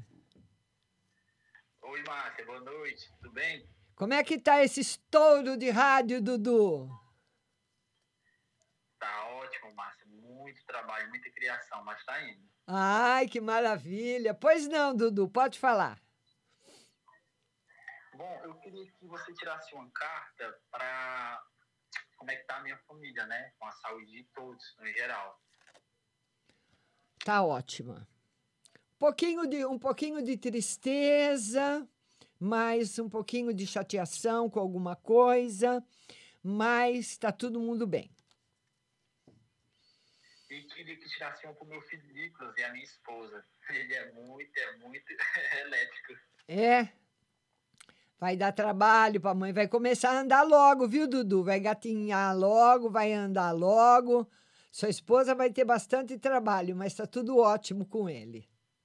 [SPEAKER 21] Oi, Márcia, boa noite, tudo bem?
[SPEAKER 14] Como é que tá esse estouro de rádio, Dudu?
[SPEAKER 21] Tá ótimo, Márcia. Muito trabalho, muita criação, mas tá indo.
[SPEAKER 14] Ai, que maravilha. Pois não, Dudu, pode falar.
[SPEAKER 21] Bom, eu queria que você tirasse uma carta para como é que tá a minha família, né? Com a saúde de todos, no geral.
[SPEAKER 14] Tá ótima. Pouquinho de, um pouquinho de tristeza, mais um pouquinho de chateação com alguma coisa, mas tá todo mundo bem.
[SPEAKER 21] E queria que tirasse uma pro meu filho Nicolas e a minha esposa. Ele é muito, é muito elétrico.
[SPEAKER 14] É? Vai dar trabalho pra mãe. Vai começar a andar logo, viu, Dudu? Vai gatinhar logo, vai andar logo. Sua esposa vai ter bastante trabalho, mas tá tudo ótimo com ele.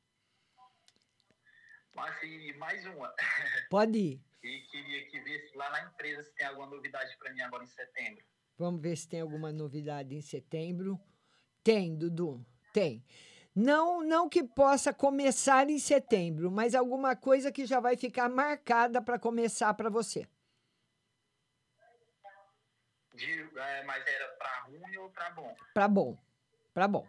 [SPEAKER 21] Mas e mais uma.
[SPEAKER 14] Pode ir.
[SPEAKER 21] E queria que visse lá na empresa se tem alguma novidade para mim agora em setembro.
[SPEAKER 14] Vamos ver se tem alguma novidade em setembro. Tem, Dudu, tem. Não, não que possa começar em setembro, mas alguma coisa que já vai ficar marcada para começar para você.
[SPEAKER 21] De, é, mas era para ruim ou para bom?
[SPEAKER 14] Para bom, para bom.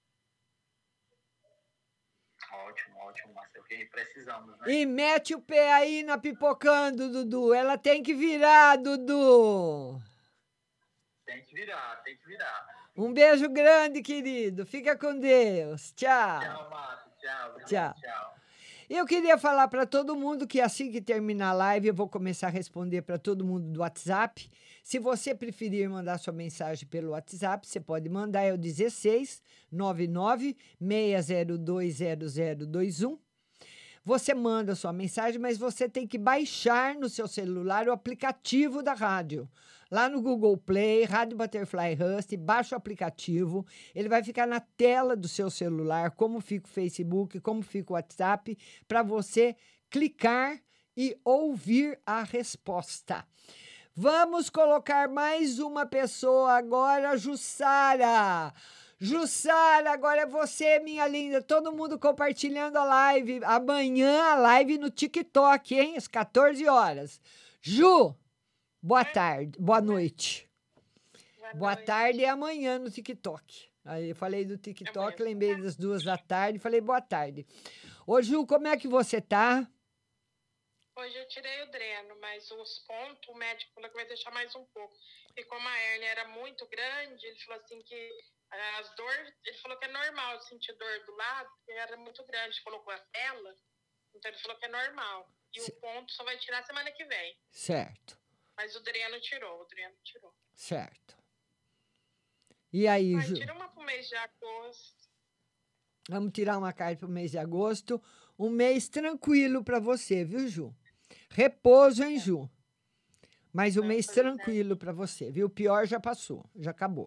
[SPEAKER 21] Ótimo, ótimo, Marcelo, que precisamos, né?
[SPEAKER 14] E mete o pé aí na Pipocando, Dudu. Ela tem que virar, Dudu.
[SPEAKER 21] Tem que virar, tem que virar.
[SPEAKER 14] Um beijo grande, querido. Fica com Deus. Tchau.
[SPEAKER 21] Tchau, Márcio. Tchau.
[SPEAKER 14] Tchau.
[SPEAKER 21] Tchau.
[SPEAKER 14] Eu queria falar para todo mundo que assim que terminar a live, eu vou começar a responder para todo mundo do WhatsApp. Se você preferir mandar sua mensagem pelo WhatsApp, você pode mandar, é o dezesseis nove nove seis zero dois zero zero dois um. Você manda sua mensagem, mas você tem que baixar no seu celular o aplicativo da rádio. Lá no Google Play, Rádio Butterfly Hust, baixa o aplicativo. Ele vai ficar na tela do seu celular, como fica o Facebook, como fica o WhatsApp, para você clicar e ouvir a resposta. Vamos colocar mais uma pessoa agora, Jussara. Jussara, agora é você, minha linda. Todo mundo compartilhando a live. Amanhã a live no TikTok, hein? Às quatorze horas. Ju, boa tarde, boa noite. Boa, boa tarde é amanhã no TikTok. Aí eu falei do TikTok, é lembrei das duas da tarde, falei boa tarde. Ô, Ju, como é que você tá?
[SPEAKER 18] Hoje eu tirei o dreno, mas os pontos, o médico falou que vai deixar mais um pouco. E como a hérnia era muito grande, ele falou assim que as dores, ele falou que é normal sentir dor do lado, porque era muito grande, colocou a tela, então ele falou que é normal. E C- o ponto só vai tirar semana que vem.
[SPEAKER 14] Certo.
[SPEAKER 18] Mas o dreno tirou, o dreno tirou.
[SPEAKER 14] Certo. E aí,
[SPEAKER 18] Mas
[SPEAKER 14] Ju?
[SPEAKER 18] tira uma pro mês de agosto.
[SPEAKER 14] Vamos tirar uma carta pro mês de agosto. Um mês tranquilo para você, viu, Ju? Repouso, hein, Ju? Mas um mês tranquilo para você, viu? O pior já passou, já acabou.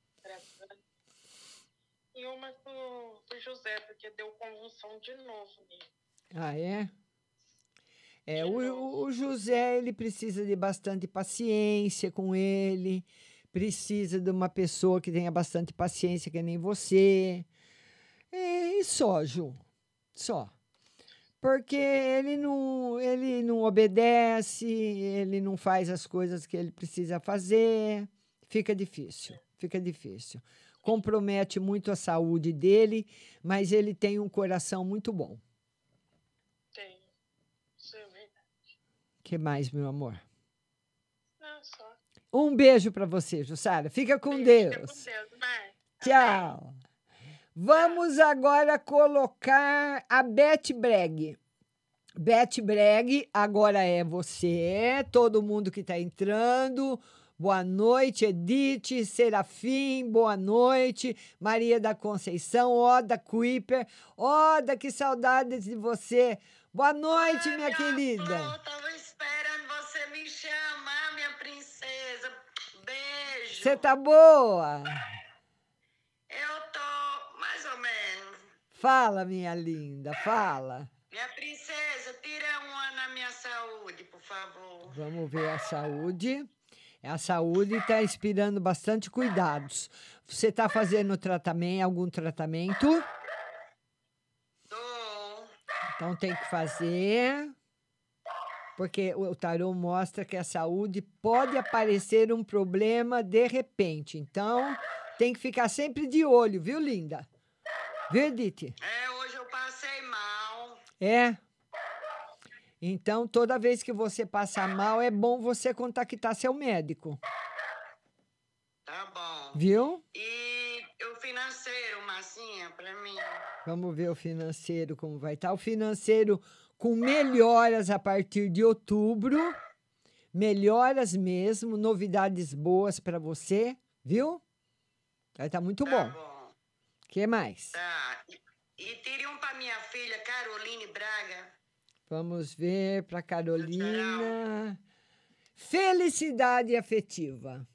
[SPEAKER 18] E uma pro, pro José, porque deu convulsão de novo nele.
[SPEAKER 14] Ah, é? É, o, o José, ele precisa de bastante paciência com ele, precisa de uma pessoa que tenha bastante paciência, que nem você. É, e só, Ju, só. Porque ele não, ele não obedece, ele não faz as coisas que ele precisa fazer, fica difícil, fica difícil. Compromete muito a saúde dele, mas ele tem um coração muito bom.
[SPEAKER 18] Tem. Isso é verdade.
[SPEAKER 14] O que mais, meu amor?
[SPEAKER 18] Não, só.
[SPEAKER 14] Um beijo para você, Jussara. Fica com
[SPEAKER 18] Beijo,
[SPEAKER 14] Deus.
[SPEAKER 18] Fica com Deus, mãe.
[SPEAKER 14] Tchau. Vamos agora colocar a Beth Breg. Beth Breg, agora é você, todo mundo que está entrando. Boa noite, Edith, Serafim, boa noite, Maria da Conceição, Oda Kuiper. Oda, que saudades de você. Boa noite,
[SPEAKER 19] Ai,
[SPEAKER 14] minha, minha querida.
[SPEAKER 19] Eu tava esperando você me chamar, minha princesa. Beijo.
[SPEAKER 14] Você tá boa?
[SPEAKER 19] Eu tô mais ou menos.
[SPEAKER 14] Fala, minha linda, fala.
[SPEAKER 19] Minha princesa, tira uma na minha saúde, por favor.
[SPEAKER 14] Vamos ver a saúde. A saúde está inspirando bastante cuidados. Você está fazendo tratamento, algum tratamento?
[SPEAKER 19] Tô.
[SPEAKER 14] Então tem que fazer. Porque o tarô mostra que a saúde pode aparecer um problema de repente. Então tem que ficar sempre de olho, viu, linda? Viu, Edith?
[SPEAKER 19] É, hoje eu passei mal.
[SPEAKER 14] É? Então, toda vez que você passar mal, é bom você contactar seu médico.
[SPEAKER 19] Tá bom.
[SPEAKER 14] Viu?
[SPEAKER 19] E o financeiro, Massinha, pra mim.
[SPEAKER 14] Vamos ver o financeiro, como vai estar. O financeiro com melhoras a partir de outubro. Melhoras mesmo, novidades boas para você, viu? Vai estar muito
[SPEAKER 19] tá
[SPEAKER 14] bom.
[SPEAKER 19] bom.
[SPEAKER 14] O que mais?
[SPEAKER 19] Tá. E, e tire um pra minha filha, Caroline Braga.
[SPEAKER 14] Vamos ver para Carolina. Felicidade afetiva.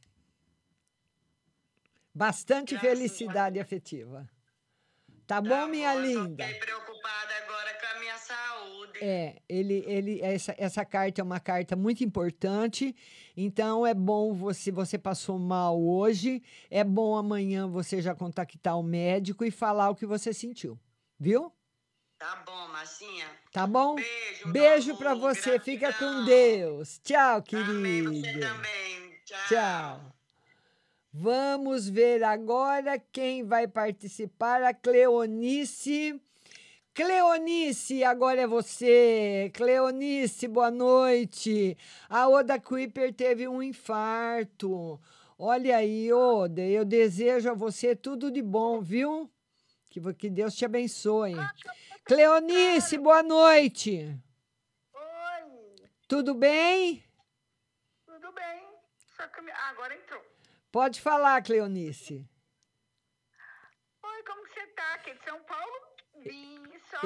[SPEAKER 14] Bastante
[SPEAKER 19] Graças
[SPEAKER 14] felicidade afetiva. Tá bom, minha
[SPEAKER 19] eu
[SPEAKER 14] linda?
[SPEAKER 19] Fiquei preocupada agora com a minha saúde.
[SPEAKER 14] É, ele, ele, essa, essa carta é uma carta muito importante. Então é bom você, você passou mal hoje. É bom amanhã você já contactar o médico e falar o que você sentiu, viu?
[SPEAKER 19] Tá bom, Massinha.
[SPEAKER 14] Tá bom?
[SPEAKER 19] Beijo,
[SPEAKER 14] Beijo para você.
[SPEAKER 19] gratidão.
[SPEAKER 14] Fica com Deus. Tchau, querida.
[SPEAKER 19] Amém, você também. Tchau.
[SPEAKER 14] Tchau. Vamos ver agora quem vai participar. A Cleonice. Cleonice, agora é você. Cleonice, boa noite. A Oda Kuiper teve um infarto. Olha aí, Oda, eu desejo a você tudo de bom, viu? Que, que Deus te abençoe. Cleonice, boa noite.
[SPEAKER 16] Oi.
[SPEAKER 14] Tudo bem?
[SPEAKER 16] Tudo bem. Só que me... ah, agora entrou.
[SPEAKER 14] Pode falar, Cleonice.
[SPEAKER 16] Oi, como que você tá? Aqui de São Paulo? Vim só pedir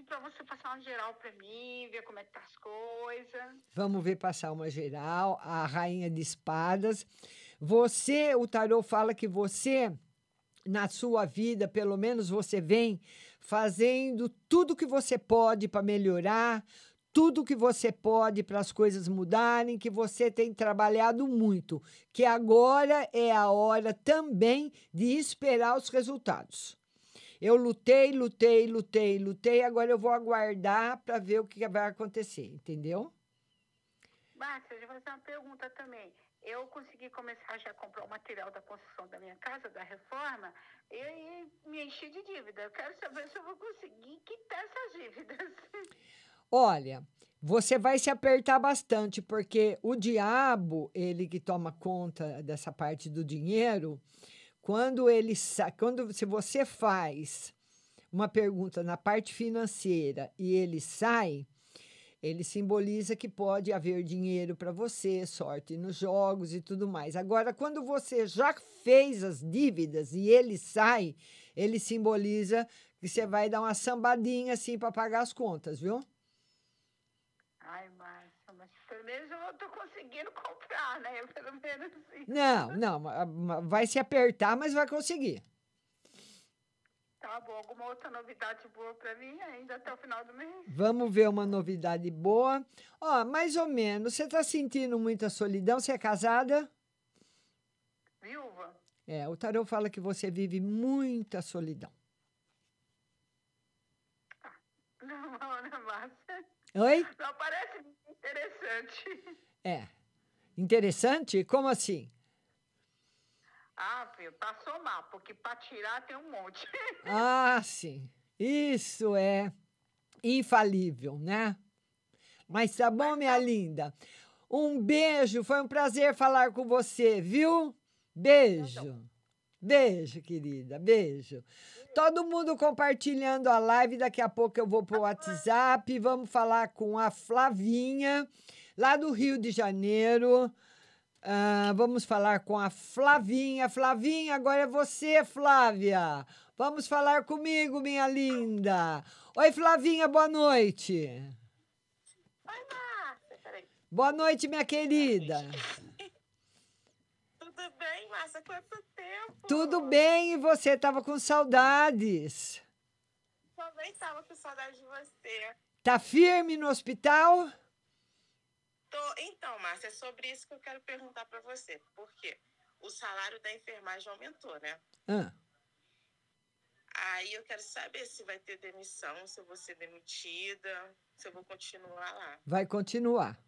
[SPEAKER 16] para você passar uma geral para mim, ver como é que tá as coisas.
[SPEAKER 14] Vamos ver passar uma geral. A rainha de espadas. Você, o tarô fala que você, na sua vida, pelo menos você vem fazendo tudo que você pode para melhorar, tudo que você pode para as coisas mudarem, que você tem trabalhado muito, que agora é a hora também de esperar os resultados. Eu lutei, lutei, lutei, lutei, agora eu vou aguardar para ver o que vai acontecer, entendeu?
[SPEAKER 16] Márcia, eu vou fazer uma pergunta também. Eu consegui começar já a comprar o material da construção da minha casa, da reforma, e me enchi de dívida. Eu quero saber se eu vou conseguir quitar essas dívidas.
[SPEAKER 14] Olha, você vai se apertar bastante, porque o diabo, ele que toma conta dessa parte do dinheiro, quando ele sa- quando se você faz uma pergunta na parte financeira e ele sai, ele simboliza que pode haver dinheiro para você, sorte nos jogos e tudo mais. Agora, quando você já fez as dívidas e ele sai, ele simboliza que você vai dar uma sambadinha assim para pagar as contas, viu?
[SPEAKER 16] Ai, Márcia, mas pelo menos eu tô conseguindo comprar, né? Pelo menos isso.
[SPEAKER 14] Não, não, ma- ma- vai se apertar, mas vai conseguir.
[SPEAKER 16] Tá bom, alguma outra novidade boa pra mim ainda até o final do mês?
[SPEAKER 14] Vamos ver uma novidade boa. Ó, mais ou menos, você está sentindo muita solidão? Você é casada?
[SPEAKER 16] Viúva?
[SPEAKER 14] É, o tarô fala que você vive muita solidão.
[SPEAKER 16] Não, não, né, Márcia?
[SPEAKER 14] Oi?
[SPEAKER 16] Não parece interessante.
[SPEAKER 14] É. Interessante? Como assim?
[SPEAKER 16] Ah, filho, pra somar, porque pra tirar tem um monte.
[SPEAKER 14] Ah, sim. Isso é infalível, né? Mas tá bom, minha linda. Um beijo, foi um prazer falar com você, viu? Beijo. Beijo, querida, beijo. Todo mundo compartilhando a live, daqui a pouco eu vou pro WhatsApp, vamos falar com a Flavinha, lá do Rio de Janeiro. Ah, vamos falar com a Flavinha. Flavinha, agora é você, Flávia. Vamos falar comigo, minha linda. Oi, Flavinha, boa noite.
[SPEAKER 18] Oi, Márcia. Peraí.
[SPEAKER 14] Boa noite, minha querida.
[SPEAKER 18] Tudo bem, Márcia? Quanto tempo?
[SPEAKER 14] Tudo bem, e você? Tava com saudades.
[SPEAKER 18] Também tava com saudade de você.
[SPEAKER 14] Tá firme no hospital?
[SPEAKER 18] Tô... Então, Márcia, é sobre isso que eu quero perguntar pra você. Por quê? O salário da enfermagem aumentou, né?
[SPEAKER 14] Ah.
[SPEAKER 18] Aí eu quero saber se vai ter demissão, se eu vou ser demitida, se eu vou continuar lá.
[SPEAKER 14] Vai continuar.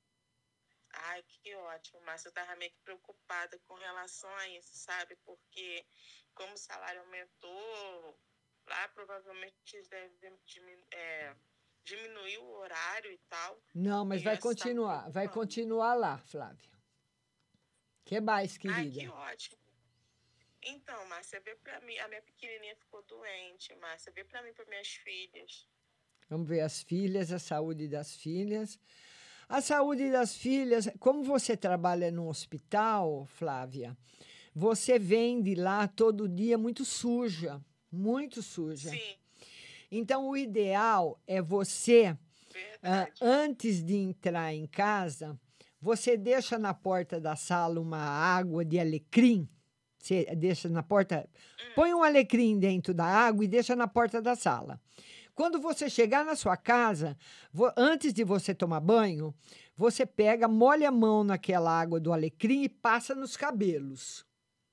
[SPEAKER 18] Ai, que ótimo, Márcia. Eu tava meio que preocupada com relação a isso, sabe? Porque como o salário aumentou, lá provavelmente eles devem diminu- é, diminuir o horário e tal.
[SPEAKER 14] Não, mas
[SPEAKER 18] E
[SPEAKER 14] vai
[SPEAKER 18] essa tá me
[SPEAKER 14] continuar. Vai
[SPEAKER 18] preocupando.
[SPEAKER 14] continuar lá, Flávia. Que mais,
[SPEAKER 18] Ai,
[SPEAKER 14] querida?
[SPEAKER 18] que ótimo. Então, Márcia, vê pra mim. A minha pequenininha ficou doente, Márcia. Vê pra mim, para minhas filhas.
[SPEAKER 14] Vamos ver as filhas, a saúde das filhas. A saúde das filhas, como você trabalha no hospital, Flávia, você vem de lá todo dia muito suja, muito suja.
[SPEAKER 18] Sim.
[SPEAKER 14] Então, o ideal é você, ah, antes de entrar em casa, você deixa na porta da sala uma água de alecrim. Você deixa na porta, põe um alecrim dentro da água e deixa na porta da sala. Quando você chegar na sua casa, vo- antes de você tomar banho, você pega, molha a mão naquela água do alecrim e passa nos cabelos.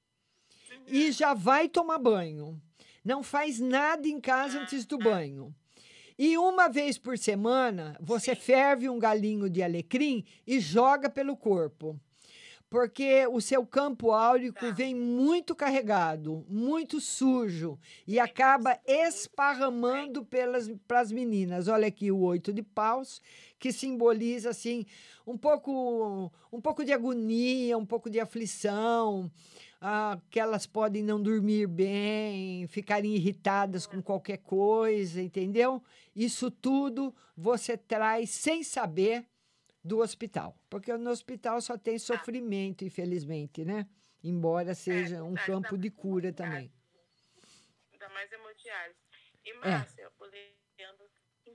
[SPEAKER 14] E já vai tomar banho. Não faz nada em casa antes do banho. E uma vez por semana, você ferve um galinho de alecrim e joga pelo corpo. Porque o seu campo áurico vem muito carregado, muito sujo, e acaba esparramando pelas pras meninas. Olha aqui o oito de paus, que simboliza assim um pouco, um pouco de agonia, um pouco de aflição, ah, que elas podem não dormir bem, ficarem irritadas com qualquer coisa, entendeu? Isso tudo você traz sem saber do hospital, porque no hospital só tem sofrimento, infelizmente, né? Embora seja um campo de cura também.
[SPEAKER 18] Ainda mais hemodiálise. E,
[SPEAKER 14] É.
[SPEAKER 18] Márcia, o Leandro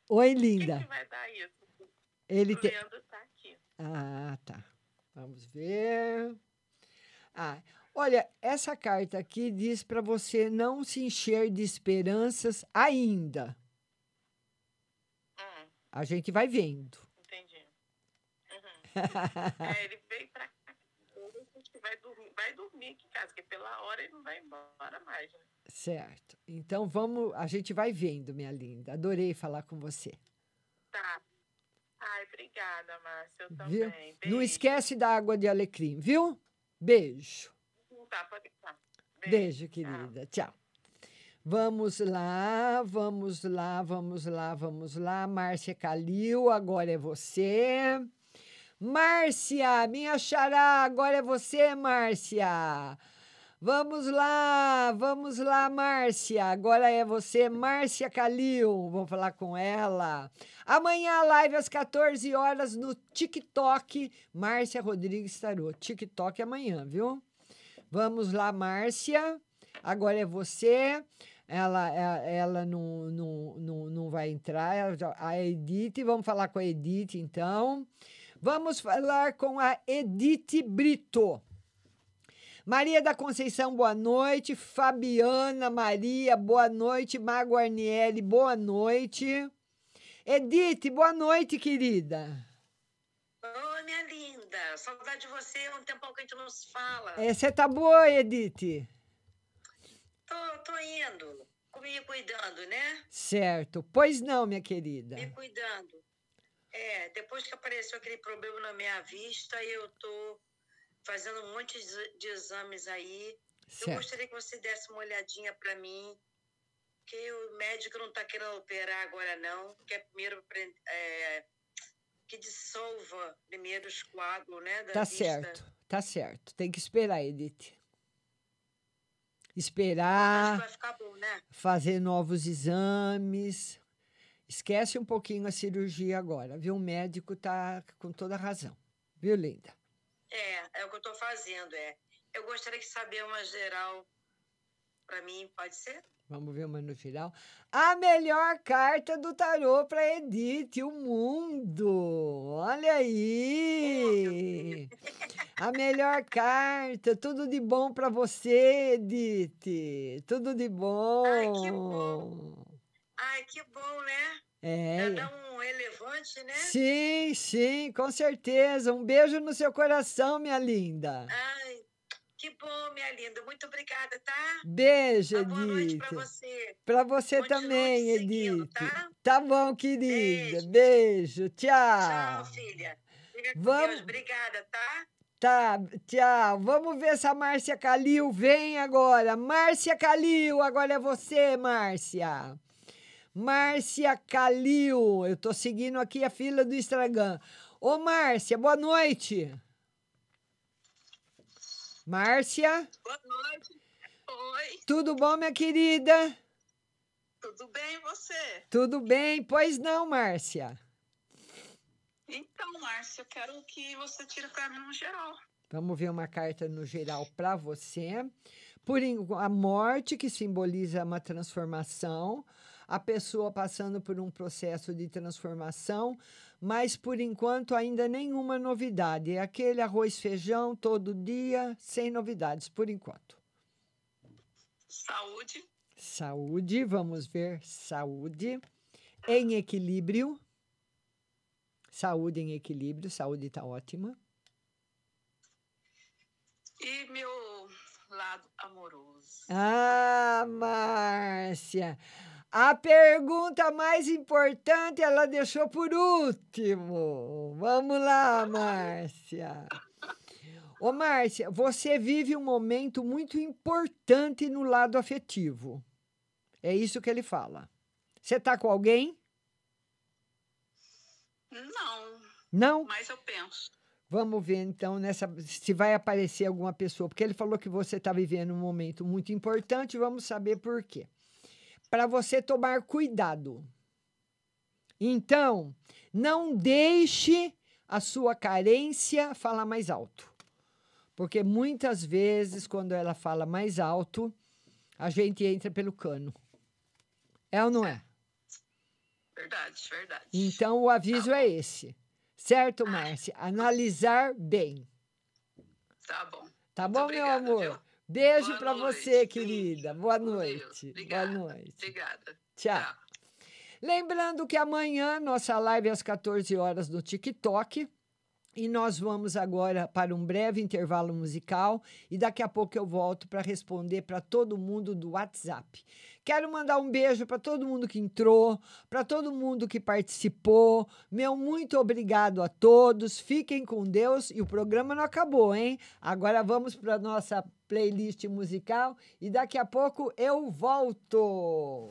[SPEAKER 14] Oi,
[SPEAKER 18] Quem
[SPEAKER 14] linda.
[SPEAKER 18] que vai dar isso?
[SPEAKER 14] Ele
[SPEAKER 18] O
[SPEAKER 14] te...
[SPEAKER 18] Leandro tá aqui.
[SPEAKER 14] Ah, tá. Vamos ver. Ah, olha, essa carta aqui diz para você não se encher de esperanças ainda.
[SPEAKER 18] Hum,
[SPEAKER 14] A gente vai vendo.
[SPEAKER 18] entendi. Uhum. É, ele veio pra cá. A gente vai dormir, vai dormir aqui em casa, porque pela hora ele não vai embora mais, né?
[SPEAKER 14] Certo. Então vamos, a gente vai vendo, minha linda. Adorei falar com você.
[SPEAKER 18] Tá. Ai, obrigada, Márcia. Eu
[SPEAKER 14] Viu?
[SPEAKER 18] também.
[SPEAKER 14] Não
[SPEAKER 18] Beijo.
[SPEAKER 14] esquece da água de alecrim, viu? Beijo.
[SPEAKER 18] Tá, pode deixar.
[SPEAKER 14] Beijo, querida. Tchau. Vamos lá, vamos lá, vamos lá, vamos lá. Márcia Calil, agora é você. Márcia, minha xará, agora é você, Márcia. Vamos lá, vamos lá, Márcia. Agora é você, Márcia Calil. Vou falar com ela. Amanhã, live às quatorze horas no TikTok. Márcia Rodrigues Tarô. TikTok amanhã, viu? Vamos lá, Márcia. Agora é você. Ela, ela não, não, não, não vai entrar. A Edith, vamos falar com a Edith, então. Vamos falar com a Edith Brito. Maria da Conceição, boa noite. Fabiana Maria, boa noite. Mago Arniele, boa noite. Edith, boa noite, querida.
[SPEAKER 19] Oi, minha linda. Saudade de você. Há um tempão que a gente não se fala.
[SPEAKER 14] É, você tá boa, Edith?
[SPEAKER 19] Tô, tô indo. Me cuidando, né?
[SPEAKER 14] Certo. Pois não, minha querida.
[SPEAKER 19] Me cuidando. É, depois que apareceu aquele problema na minha vista, eu tô fazendo um monte de exames aí.
[SPEAKER 14] Certo.
[SPEAKER 19] Eu gostaria que você desse uma olhadinha para mim, que o médico não está querendo operar agora não, que é primeiro é, que dissolva primeiro os coágulos, né, da
[SPEAKER 14] Tá
[SPEAKER 19] vista.
[SPEAKER 14] certo, tá certo. Tem que esperar, Edith. Esperar,
[SPEAKER 19] Acho que vai ficar bom, né?
[SPEAKER 14] fazer novos exames. Esquece um pouquinho a cirurgia agora, viu? O médico tá com toda a razão. Viu, linda?
[SPEAKER 19] É, é o que eu tô fazendo, é. Eu gostaria de saber uma geral para mim, pode ser?
[SPEAKER 14] Vamos ver uma no geral. A melhor carta do tarô para Edith, o mundo. Olha aí. A melhor carta. Tudo de bom para você, Edith. Tudo de bom.
[SPEAKER 19] Ai, que bom. Ai, que bom, né?
[SPEAKER 14] É.
[SPEAKER 19] Já dá um relevante, né?
[SPEAKER 14] Sim, sim, com certeza. Um beijo no seu coração, minha linda.
[SPEAKER 19] Ai, que bom, minha linda. Muito obrigada, tá?
[SPEAKER 14] Beijo, Edith.
[SPEAKER 19] Boa noite pra você.
[SPEAKER 14] Para você
[SPEAKER 19] Continue
[SPEAKER 14] também,
[SPEAKER 19] seguindo,
[SPEAKER 14] Edith.
[SPEAKER 19] tá?
[SPEAKER 14] Tá bom, querida.
[SPEAKER 19] Beijo.
[SPEAKER 14] Beijo. Tchau.
[SPEAKER 19] Tchau, filha. Fica com
[SPEAKER 14] Vamos-
[SPEAKER 19] Deus. Obrigada, tá?
[SPEAKER 14] Tá, tchau. Vamos ver se a Márcia Calil vem agora. Márcia Calil, agora é você, Márcia. Márcia Calil. Eu tô seguindo aqui a fila do Instagram. Ô, Márcia, boa noite. Márcia,
[SPEAKER 2] Boa noite. Oi,
[SPEAKER 14] tudo bom, minha querida?
[SPEAKER 2] tudo bem e você?
[SPEAKER 14] Tudo bem? Pois não, Márcia.
[SPEAKER 2] Então, Márcia, eu quero que você tire para mim no geral.
[SPEAKER 14] Vamos ver uma carta no geral para você. Por en- a morte, que simboliza uma transformação, a pessoa passando por um processo de transformação, mas por enquanto ainda nenhuma novidade. É aquele arroz feijão todo dia, sem novidades, por enquanto.
[SPEAKER 2] Saúde,
[SPEAKER 14] Saúde, vamos ver saúde em equilíbrio. Saúde em equilíbrio, saúde está ótima.
[SPEAKER 2] e meu lado amoroso.
[SPEAKER 14] Ah, Márcia, a pergunta mais importante ela deixou por último. Vamos lá, Márcia. Ô, Márcia, você vive um momento muito importante no lado afetivo. É isso que ele fala. Você tá com alguém?
[SPEAKER 2] Não,
[SPEAKER 14] Não?
[SPEAKER 2] mas eu penso.
[SPEAKER 14] Vamos ver então nessa se vai aparecer alguma pessoa, porque ele falou que você está vivendo um momento muito importante, vamos saber por quê. Para você tomar cuidado. Então, não deixe a sua carência falar mais alto. Porque muitas vezes, quando ela fala mais alto, a gente entra pelo cano. É ou não é?
[SPEAKER 2] Verdade, verdade.
[SPEAKER 14] Então, o aviso
[SPEAKER 2] tá
[SPEAKER 14] é esse. Certo, Márcia? Analisar bem.
[SPEAKER 2] Tá bom.
[SPEAKER 14] Tá
[SPEAKER 2] Muito
[SPEAKER 14] bom,
[SPEAKER 2] obrigada,
[SPEAKER 14] meu amor?
[SPEAKER 2] viu?
[SPEAKER 14] Beijo
[SPEAKER 2] Boa
[SPEAKER 14] para
[SPEAKER 2] noite.
[SPEAKER 14] você, querida. Boa noite.
[SPEAKER 2] Obrigada.
[SPEAKER 14] Boa noite.
[SPEAKER 2] Obrigada.
[SPEAKER 14] Tchau. Lembrando que amanhã nossa live é às quatorze horas no TikTok. E nós vamos agora para um breve intervalo musical e daqui a pouco eu volto para responder para todo mundo do WhatsApp. Quero mandar um beijo para todo mundo que entrou, para todo mundo que participou. Meu muito obrigado a todos. Fiquem com Deus e o programa não acabou, hein? Agora vamos para a nossa playlist musical e daqui a pouco eu volto.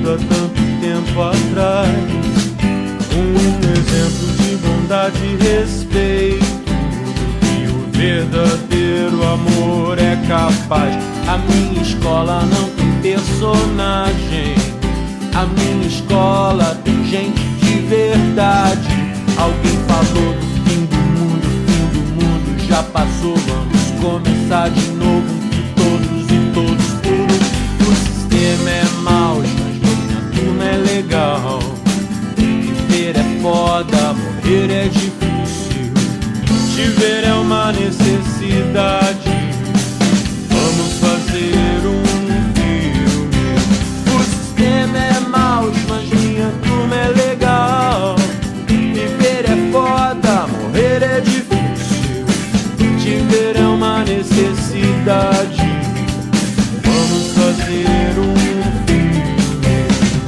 [SPEAKER 3] quando há tanto tempo atrás. Um exemplo de bondade e respeito, e o verdadeiro amor é capaz. A minha escola não tem personagem, a minha escola tem gente de verdade. Alguém falou do fim do mundo, o fim do mundo já passou. Vamos começar de novo, entre todos e todos por um. O sistema é mau, mas minha turma é legal. Viver é foda, morrer é difícil. Te ver é uma necessidade. Vamos fazer um filme. O sistema é mau, mas minha turma é legal. Viver é foda, morrer é difícil. Te ver é uma necessidade. Vamos fazer um filme.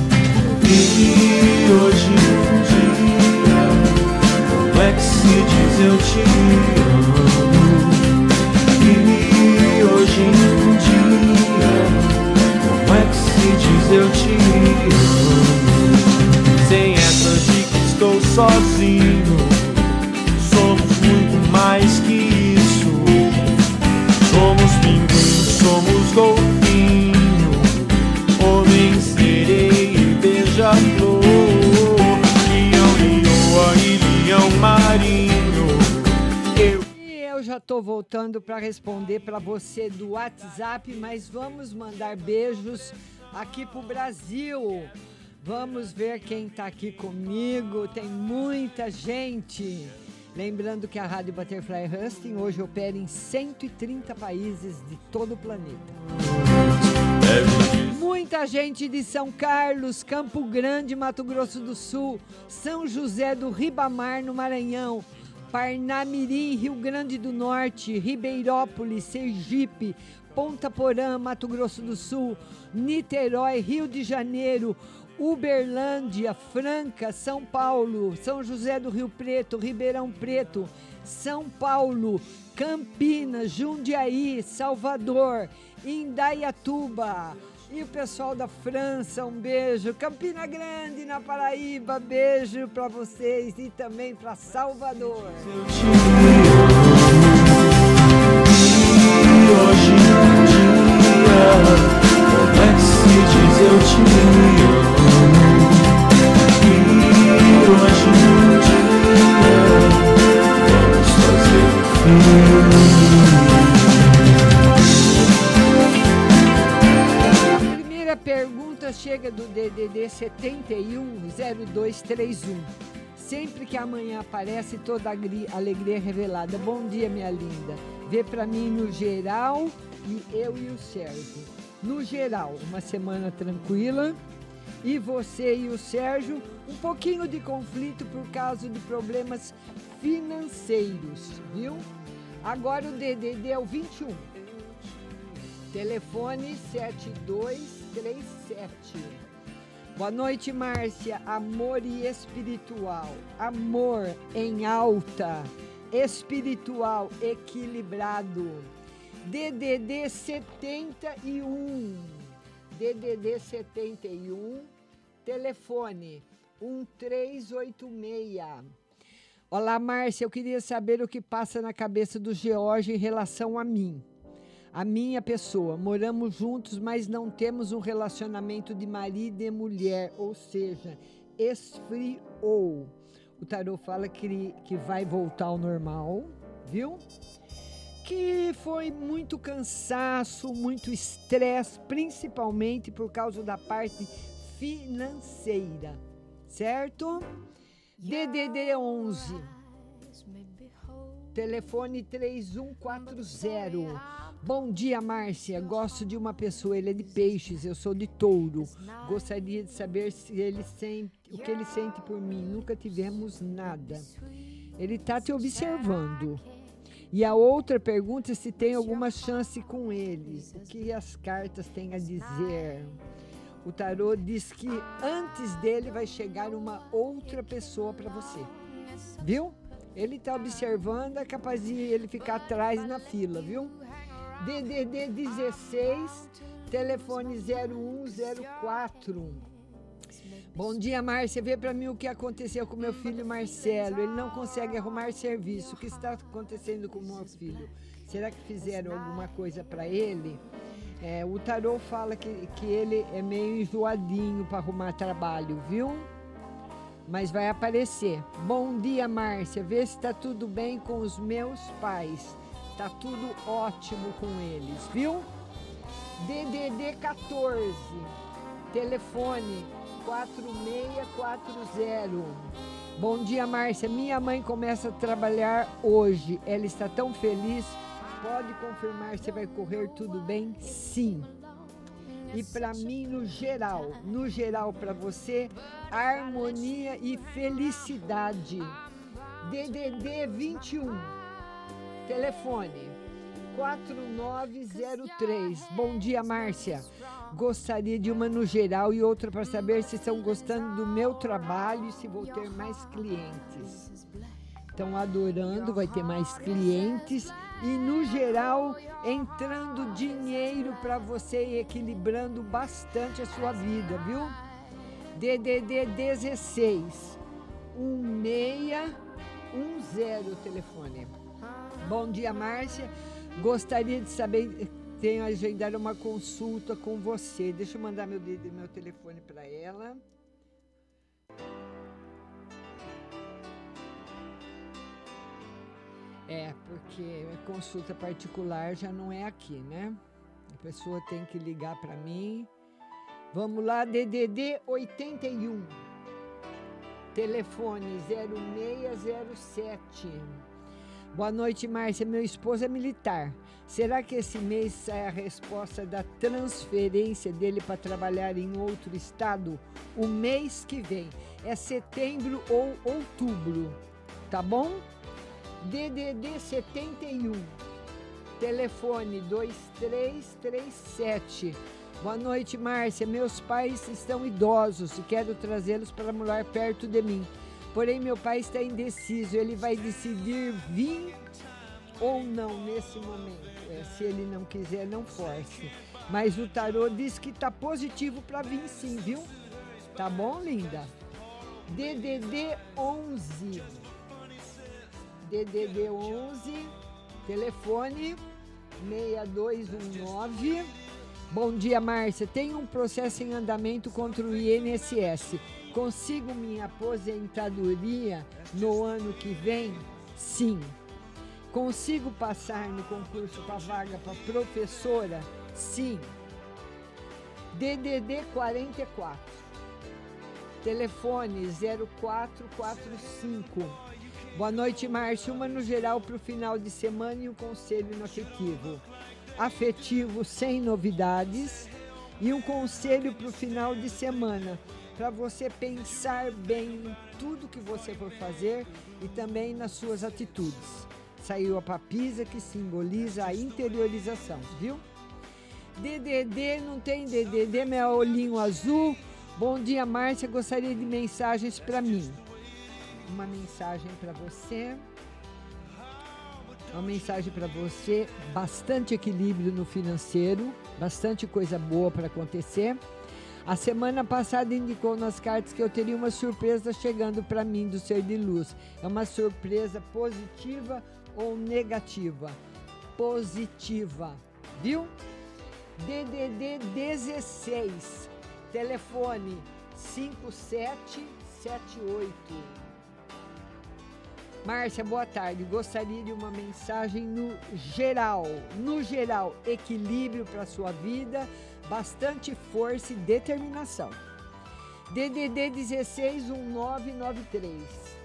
[SPEAKER 3] E hoje em dia, como é que se diz eu te amo? E hoje em dia, como é que se diz eu te amo? Sem essas de que estou sozinho, somos muito mais que isso. Somos pinguim, somos golfinho, homem, sereia e beija-flor, leão, leoa e leão marinho. Eu
[SPEAKER 14] E eu já tô voltando para responder para você do WhatsApp, mas vamos mandar beijos aqui pro Brasil. Vamos ver quem tá aqui comigo. Tem muita gente. Lembrando que a Rádio Butterfly Husting hoje opera em cento e trinta países de todo o planeta. Muita gente de São Carlos, Campo Grande, Mato Grosso do Sul, São José do Ribamar, no Maranhão, Parnamirim, Rio Grande do Norte, Ribeirópolis, Sergipe, Ponta Porã, Mato Grosso do Sul, Niterói, Rio de Janeiro, Uberlândia, Franca, São Paulo, São José do Rio Preto, Ribeirão Preto, São Paulo, Campinas, Jundiaí, Salvador, Indaiatuba. E o pessoal da França, um beijo. Campina Grande, na Paraíba, beijo para vocês e também para Salvador.
[SPEAKER 3] Hoje em dia, como é que se diz eu te amo? E hoje em dia, vamos fazer
[SPEAKER 14] A primeira pergunta chega do D D D setenta e um zero dois três um. Sempre que amanhã aparece, toda a alegria é revelada. Bom dia, minha linda. Vê pra mim no geral e eu e o Sérgio. No geral, uma semana tranquila. E você e o Sérgio, um pouquinho de conflito por causa de problemas financeiros, viu? Agora o D D D é o vinte e um. Telefone sete dois três sete. Boa noite, Márcia. Amor e espiritual. Amor em alta. Espiritual equilibrado. D D D setenta e um. D D D setenta e um. Telefone um três oito seis. Olá, Márcia. Eu queria saber o que passa na cabeça do George em relação a mim. A minha pessoa, moramos juntos, mas não temos um relacionamento de marido e mulher, ou seja, esfriou. O tarô fala que, que vai voltar ao normal, viu? Que foi muito cansaço, muito estresse, principalmente por causa da parte financeira, certo? D D D onze, telefone três um quatro zero. Bom dia, Márcia. Gosto de uma pessoa, ele é de peixes, eu sou de touro. Gostaria de saber se ele sente, o que ele sente por mim. Nunca tivemos nada. Ele está te observando. E a outra pergunta é se tem alguma chance com ele. O que as cartas têm a dizer? O tarô diz que antes dele vai chegar uma outra pessoa para você. Viu? Ele está observando, é capaz de ele ficar atrás na fila, viu? D D D dezesseis, telefone zero um zero quatro. Bom dia, Márcia. Vê pra mim o que aconteceu com meu filho Marcelo. Ele não consegue arrumar serviço. O que está acontecendo com o meu filho? Será que fizeram alguma coisa pra ele? É, o tarô fala que, que ele é meio enjoadinho para arrumar trabalho, viu? Mas vai aparecer. Bom dia, Márcia. Vê se tá tudo bem com os meus pais. Tá tudo ótimo com eles, viu? D D D quatorze. Telefone quatro seis quatro zero. Bom dia, Márcia. Minha mãe começa a trabalhar hoje. Ela está tão feliz. Pode confirmar se vai correr tudo bem? Sim. E para mim, no geral, no geral para você, harmonia e felicidade. D D D vinte e um. Telefone quatro nove zero três. Bom dia, Márcia. Gostaria de uma no geral e outra para saber se estão gostando do meu trabalho e se vou ter mais clientes. Estão adorando, vai ter mais clientes e, no geral, entrando dinheiro para você e equilibrando bastante a sua vida, viu? D D D dezesseis, um seis um zero telefone. Bom dia, Márcia. Gostaria de saber, tenho agendado uma consulta com você. Deixa eu mandar meu, meu telefone para ela. É, porque consulta particular já não é aqui, né? A pessoa tem que ligar para mim. Vamos lá, D D D oitenta e um. Telefone zero seis zero sete. Boa noite, Márcia. Meu esposo é militar. Será que esse mês sai a resposta da transferência dele para trabalhar em outro estado? O mês que vem. É setembro ou outubro. Tá bom? D D D setenta e um. Telefone dois três três sete. Boa noite, Márcia. Meus pais estão idosos e quero trazê-los para morar perto de mim. Porém, meu pai está indeciso. Ele vai decidir vir ou não nesse momento. É, se ele não quiser, não force. Mas o tarô diz que está positivo para vir sim, viu? Tá bom, linda? D D D onze. D D D onze. Telefone seis dois um nove. Bom dia, Márcia. Tenho um processo em andamento contra o I N S S. Consigo minha aposentadoria no ano que vem? Sim. Consigo passar no concurso para vaga para professora? Sim. D D D quarenta e quatro. Telefone zero quatro quatro cinco. Boa noite, Márcia. Uma no geral para o final de semana e um conselho no afetivo. Afetivo sem novidades e um conselho para o final de semana, para você pensar bem em tudo que você for fazer e também nas suas atitudes. Saiu a papisa que simboliza a interiorização, viu? D D D, não tem D D D, meu olhinho azul. Bom dia, Márcia, gostaria de mensagens para mim. Uma mensagem para você. Uma mensagem para você, bastante equilíbrio no financeiro, bastante coisa boa para acontecer. A semana passada indicou nas cartas que eu teria uma surpresa chegando para mim do ser de luz. É uma surpresa positiva ou negativa? Positiva, viu? D D D dezesseis, telefone cinco sete sete oito. Márcia, boa tarde. Gostaria de uma mensagem no geral. No geral, equilíbrio para a sua vida, bastante força e determinação. D D D dezesseis um nove nove três.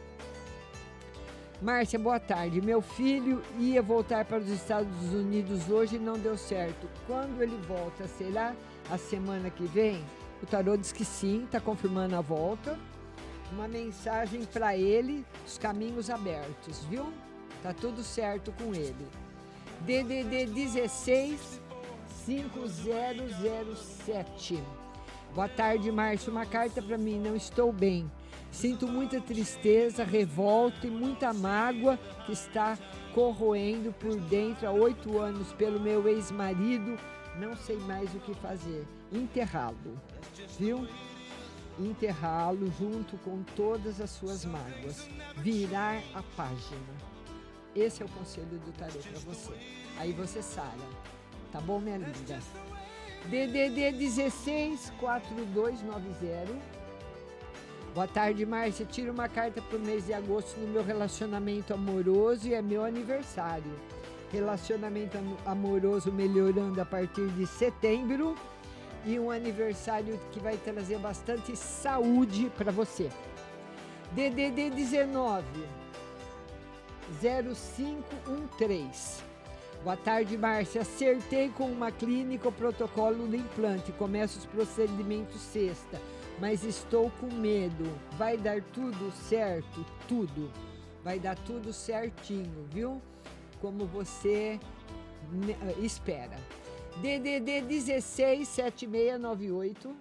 [SPEAKER 14] Márcia, boa tarde. Meu filho ia voltar para os Estados Unidos hoje e não deu certo. Quando ele volta, será a semana que vem? O tarô diz que sim, está confirmando a volta. Uma mensagem para ele, os caminhos abertos, viu? Tá tudo certo com ele. D D D dezesseis cinco zero zero sete. Boa tarde, Márcia. Uma carta para mim. Não estou bem. Sinto muita tristeza, revolta e muita mágoa que está corroendo por dentro há oito anos pelo meu ex-marido. Não sei mais o que fazer. Enterrá-lo, viu? enterrá-lo junto com todas as suas mágoas, virar a página. Esse é o conselho do tarô para você. Aí você sara, tá bom, minha linda? D D D dezesseis, quatro dois nove zero. Boa tarde, Márcia. Tira uma carta para o mês de agosto no meu relacionamento amoroso e é meu aniversário. Relacionamento amoroso melhorando a partir de setembro e um aniversário que vai trazer bastante saúde para você. D D D dezenove, zero cinco um três. Boa tarde, Márcia. Acertei com uma clínica o protocolo do implante. Começo os procedimentos sexta, mas estou com medo. Vai dar tudo certo? Tudo. Vai dar tudo certinho, viu? Como você espera. D D D dezesseis, sete seis nove oito.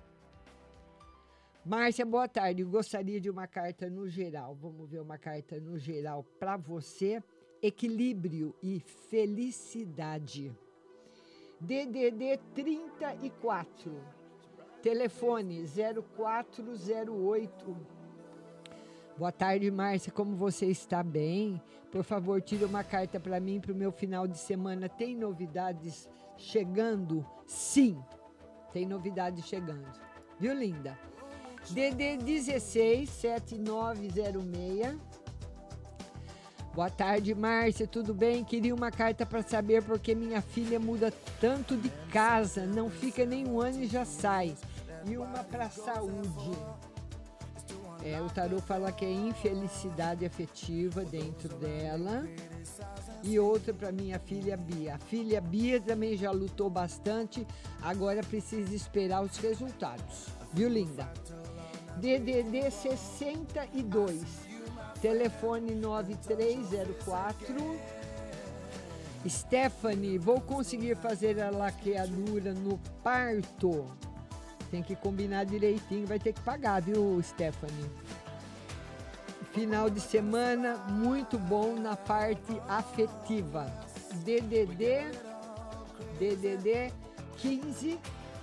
[SPEAKER 14] Márcia, boa tarde. Eu gostaria de uma carta no geral. Vamos ver uma carta no geral para você. Equilíbrio e felicidade. D D D trinta e quatro. Telefone zero quatro zero oito. Boa tarde, Márcia. Como você está? Bem? Por favor, tire uma carta para mim para o meu final de semana. Tem novidades chegando? Sim, tem novidades chegando. Viu, linda? D D dezesseis, sete nove zero seis. Boa tarde, Márcia, tudo bem? Queria uma carta para saber porque minha filha muda tanto de casa, não fica nem um ano e já sai. E uma para saúde. É, o tarô fala que é infelicidade afetiva dentro dela. E outra para minha filha Bia. A filha Bia também já lutou bastante, agora precisa esperar os resultados. Viu, linda? D D D sessenta e dois. Telefone nove três zero quatro. Stephanie, vou conseguir fazer a laqueadura no parto? Tem que combinar direitinho, vai ter que pagar, viu, Stephanie? Final de semana muito bom na parte afetiva. D D D, D D D quinze,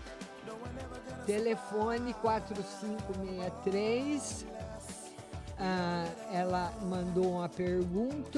[SPEAKER 14] telefone quatro cinco seis três. Ah, ela mandou uma pergunta,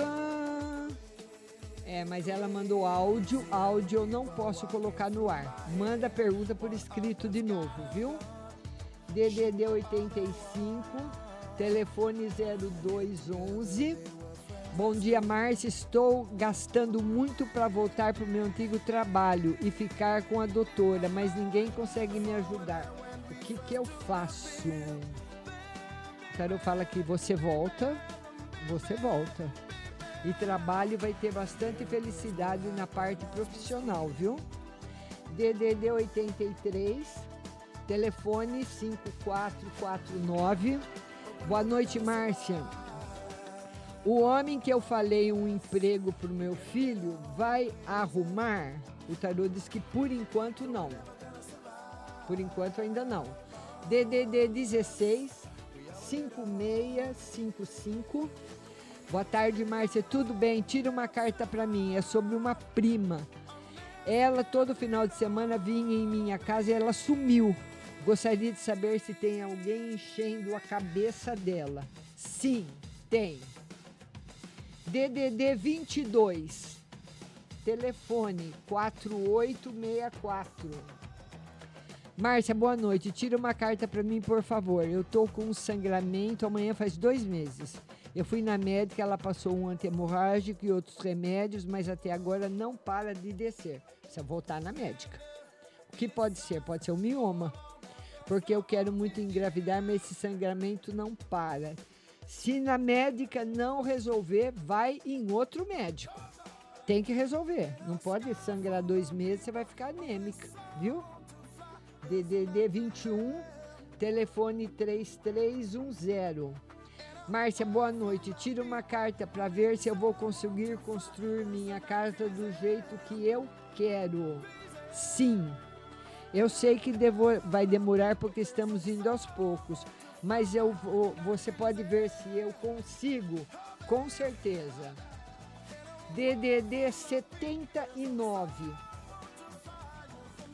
[SPEAKER 14] é, mas ela mandou áudio, áudio eu não posso colocar no ar. Manda a pergunta por escrito de novo, viu? D D D oitenta e cinco, telefone zero dois onze. Bom dia, Márcia, estou gastando muito para voltar para o meu antigo trabalho e ficar com a doutora, mas ninguém consegue me ajudar. O que que eu faço? O tarô fala que você volta, você volta. E trabalho vai ter bastante felicidade na parte profissional, viu? D D D oitenta e três, telefone cinco quatro quatro nove. Boa noite, Márcia. O homem que eu falei um emprego para o meu filho vai arrumar? O tarô diz que por enquanto não. Por enquanto ainda não. D D D dezesseis, cinco seis cinco cinco. Boa tarde, Márcia. Tudo bem? Tira uma carta para mim. É sobre uma prima. Ela, todo final de semana, vinha em minha casa e ela sumiu. Gostaria de saber se tem alguém enchendo a cabeça dela. Sim, tem. D D D vinte e dois. Telefone quatro oito seis quatro. Márcia, boa noite. Tira uma carta para mim, por favor. Eu tô com um sangramento, amanhã faz dois meses. Eu fui na médica, ela passou um anti-hemorrágico e outros remédios, mas até agora não para de descer. Precisa voltar na médica. O que pode ser? Pode ser um mioma. Porque eu quero muito engravidar, mas esse sangramento não para. Se na médica não resolver, vai em outro médico. Tem que resolver. Não pode sangrar dois meses, você vai ficar anêmica, viu? D D D vinte e um, telefone três três um zero. Márcia, boa noite. Tira uma carta para ver se eu vou conseguir construir minha casa do jeito que eu quero. Sim. Eu sei que devo, vai demorar porque estamos indo aos poucos, mas eu vou, você pode ver se eu consigo, com certeza. D D D setenta e nove.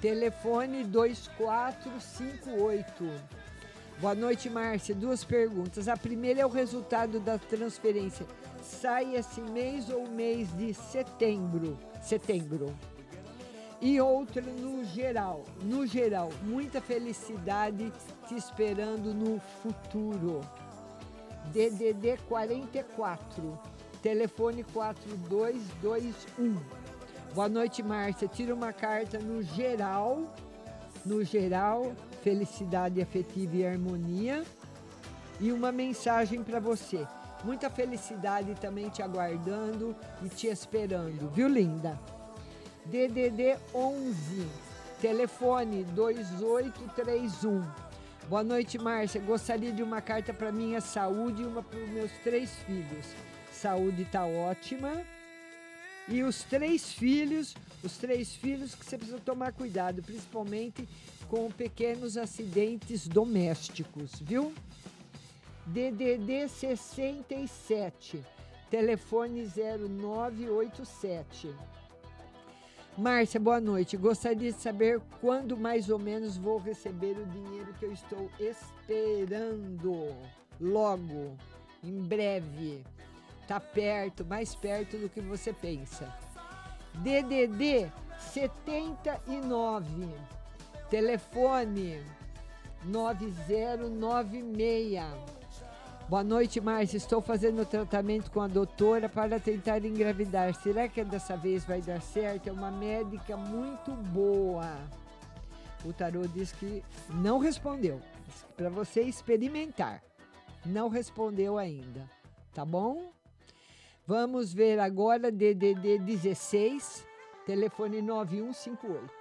[SPEAKER 14] telefone dois quatro cinco oito. Boa noite, Márcia. Duas perguntas. A primeira é o resultado da transferência. Sai esse mês ou mês de setembro? Setembro. E outra no geral. No geral, muita felicidade te esperando no futuro. D D D quarenta e quatro. Telefone quatro dois dois um. Boa noite, Márcia. Tira uma carta no geral. No geral, felicidade afetiva e harmonia. E uma mensagem para você. Muita felicidade também te aguardando e te esperando. Viu, linda? D D D onze. Telefone dois oito três um. Boa noite, Márcia. Gostaria de uma carta para minha saúde e uma para os meus três filhos. Saúde tá ótima. E os três filhos, os três filhos que você precisa tomar cuidado, principalmente com pequenos acidentes domésticos, viu? D D D sessenta e sete, telefone zero nove oito sete. Márcia, boa noite. Gostaria de saber quando mais ou menos vou receber o dinheiro que eu estou esperando. Logo, em breve. Tá perto, mais perto do que você pensa. D D D setenta e nove, telefone nove zero nove seis. Boa noite, Márcia. Estou fazendo tratamento com a doutora para tentar engravidar. Será que dessa vez vai dar certo? É uma médica muito boa. O tarô diz que não respondeu. Para você experimentar. Não respondeu ainda. Tá bom? Vamos ver agora D D D dezesseis, telefone nove um cinco oito.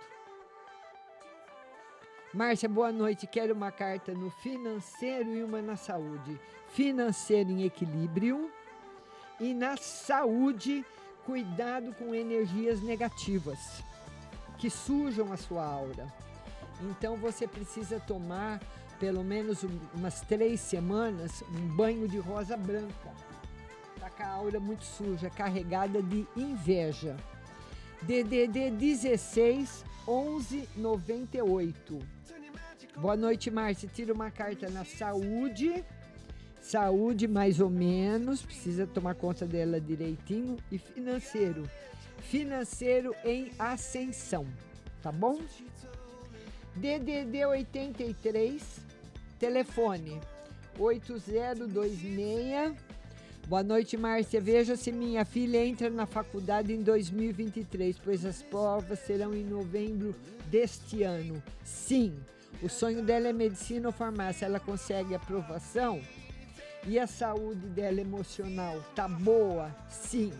[SPEAKER 14] Márcia, boa noite. Quero uma carta no financeiro e uma na saúde. Financeiro em equilíbrio e na saúde, cuidado com energias negativas que sujam a sua aura. Então você precisa tomar pelo menos umas três semanas um banho de rosa branca. Tá com a aura muito suja, carregada de inveja. D D D dezesseis onze noventa e oito. Boa noite, Márcia. Tira uma carta na saúde. Saúde, mais ou menos. Precisa tomar conta dela direitinho. E financeiro. Financeiro em ascensão. Tá bom? D D D oitenta e três. Telefone oito zero dois seis. Boa noite, Márcia. Veja se minha filha entra na faculdade em dois mil e vinte e três, pois as provas serão em novembro deste ano. Sim, o sonho dela é medicina ou farmácia. Ela consegue aprovação? E a saúde dela emocional tá boa? Sim.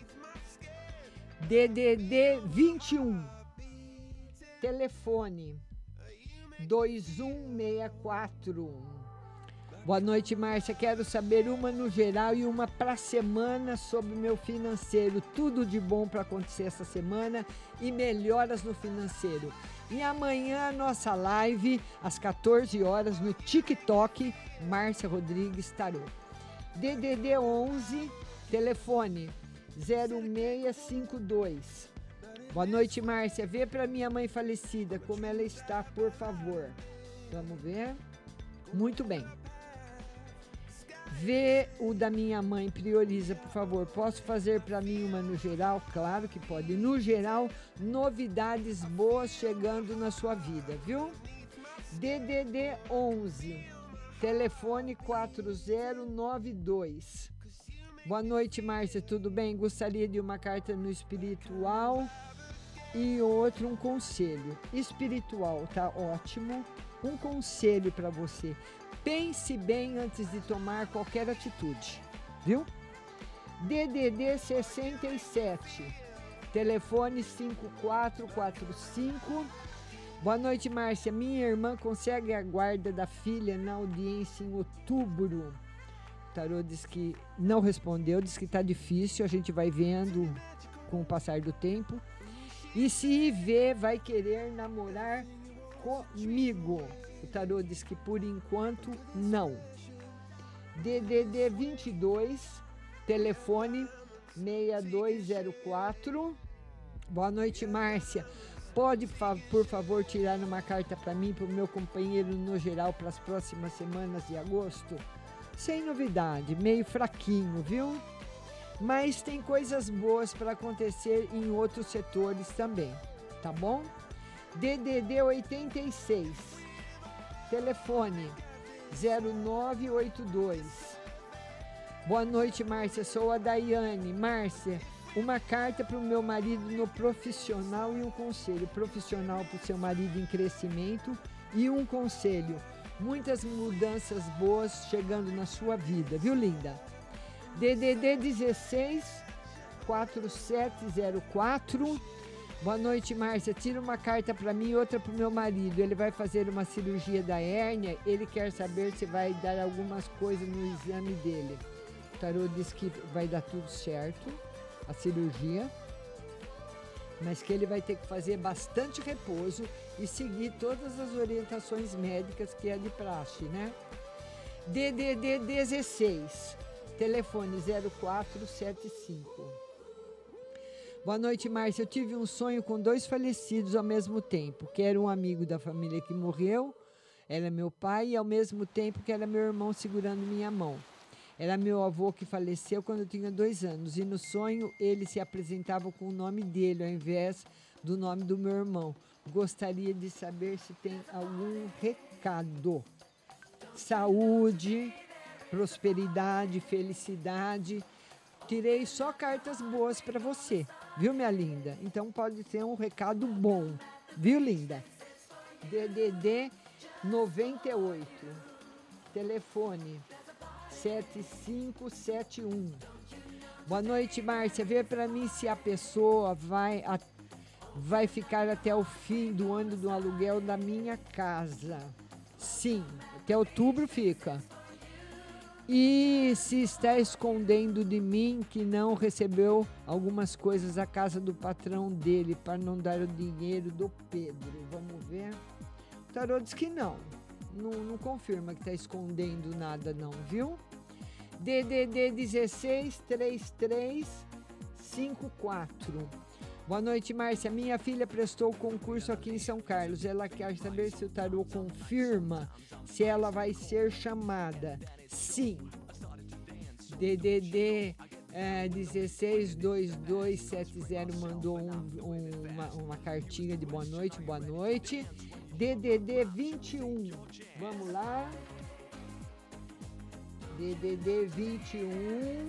[SPEAKER 14] D D D vinte e um. Telefone dois um seis quatro. Boa noite, Márcia. Quero saber uma no geral e uma para semana sobre meu financeiro. Tudo de bom para acontecer essa semana e melhoras no financeiro. E amanhã a nossa live, às quatorze horas, no TikTok, Márcia Rodrigues Tarô. D D D onze, telefone zero seis cinco dois. Boa noite, Márcia. Vê para minha mãe falecida como ela está, por favor. Vamos ver. Muito bem. Vê o da minha mãe, prioriza, por favor. Posso fazer para mim uma no geral? Claro que pode. No geral, novidades boas chegando na sua vida, viu? D D D onze, telefone quatro zero nove dois. Boa noite, Márcia, tudo bem? Gostaria de uma carta no espiritual e outro um conselho. Espiritual, tá ótimo. Um conselho para você. Pense bem antes de tomar qualquer atitude, viu? D D D sessenta e sete, telefone cinco quatro quatro cinco. Boa noite, Márcia. Minha irmã consegue a guarda da filha na audiência em outubro. O tarô diz que não respondeu, diz que tá difícil, a gente vai vendo com o passar do tempo. E se vê, vai querer namorar comigo. O tarô diz que por enquanto não. D D D vinte e dois, telefone seis dois zero quatro. Boa noite, Márcia. Pode, por favor, tirar uma carta para mim, para o meu companheiro no geral, para as próximas semanas de agosto? Sem novidade, meio fraquinho, viu? Mas tem coisas boas para acontecer em outros setores também, tá bom? D D D oitenta e seis, telefone zero nove oito dois. Boa noite, Márcia, sou a Daiane. Márcia, uma carta para o meu marido no profissional e um conselho. Profissional para o seu marido em crescimento e um conselho. Muitas mudanças boas chegando na sua vida, viu, linda? D D D dezesseis, quatro sete zero quatro. Boa noite, Márcia. Tira uma carta para mim e outra para o meu marido. Ele vai fazer uma cirurgia da hérnia. Ele quer saber se vai dar algumas coisas no exame dele. O tarô diz que vai dar tudo certo, a cirurgia, mas que ele vai ter que fazer bastante repouso e seguir todas as orientações médicas que é de praxe, né? D D D dezesseis, telefone zero quatro sete cinco. Boa noite, Márcia. Eu tive um sonho com dois falecidos ao mesmo tempo, que era um amigo da família que morreu, era meu pai, e ao mesmo tempo que era meu irmão segurando minha mão. Era meu avô que faleceu quando eu tinha dois anos, e no sonho ele se apresentava com o nome dele ao invés do nome do meu irmão. Gostaria de saber se tem algum recado. Saúde, prosperidade, felicidade. Tirei só cartas boas para você, viu, minha linda? Então pode ser um recado bom, viu, linda? D D D noventa e oito, telefone sete cinco sete um. Boa noite, Márcia. Vê para mim se a pessoa vai, a, vai ficar até o fim do ano do aluguel da minha casa. Sim, até outubro fica. E se está escondendo de mim que não recebeu algumas coisas da casa do patrão dele para não dar o dinheiro do Pedro. Vamos ver. O tarô diz que não. Não, não confirma que está escondendo nada não, viu? D D D dezesseis, trinta e três, cinquenta e quatro. Boa noite, Márcia. Minha filha prestou o concurso aqui em São Carlos. Ela quer saber se o tarô confirma se ela vai ser chamada. Sim. D D D é, dezesseis, dois dois sete zero mandou um, um, uma, uma cartinha de boa noite, boa noite. D D D vinte e um, vamos lá. D D D vinte e um,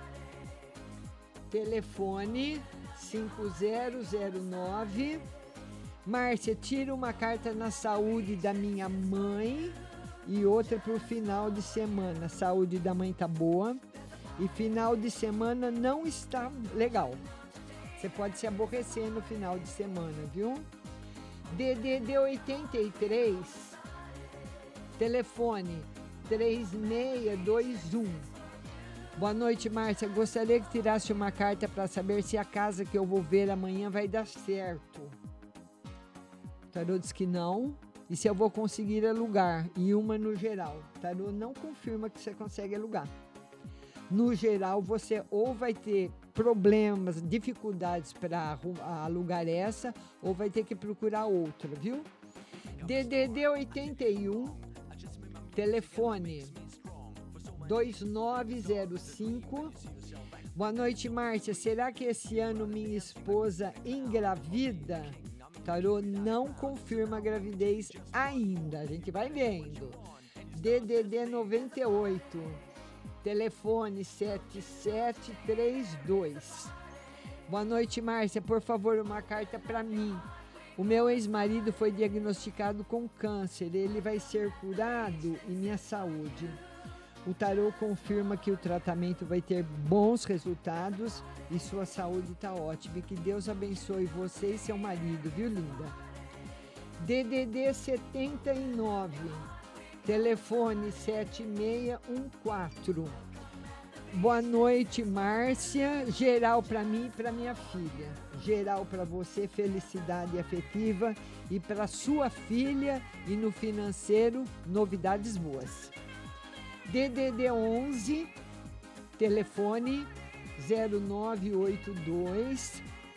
[SPEAKER 14] telefone cinco zero zero nove. Márcia, tira uma carta na saúde da minha mãe e outra para o final de semana. Saúde da mãe tá boa e final de semana não está legal. Você pode se aborrecer no final de semana, viu? D D D oitenta e três, telefone três seis dois um. Boa noite, Márcia. Gostaria que tirasse uma carta para saber se a casa que eu vou ver amanhã vai dar certo. O tarô diz que não. E se eu vou conseguir alugar. E uma no geral. O tarô não confirma que você consegue alugar. No geral, você ou vai ter problemas, dificuldades para alugar essa, ou vai ter que procurar outra, viu? D D D oitenta e um, telefone dois nove zero cinco. Boa noite, Márcia. Será que esse ano minha esposa engravida? O tarô não confirma a gravidez ainda. A gente vai vendo. D D D noventa e oito, telefone sete sete três dois. Boa noite, Márcia. Por favor, uma carta para mim. O meu ex-marido foi diagnosticado com câncer. Ele vai ser curado e minha saúde. O tarô confirma que o tratamento vai ter bons resultados e sua saúde está ótima. Que Deus abençoe você e seu marido, viu, linda? D D D setenta e nove, telefone sete seis um quatro. Boa noite, Márcia. Geral para mim e para minha filha. Geral para você, felicidade afetiva, e para sua filha e no financeiro, novidades boas. D D D onze, telefone zero nove oito dois.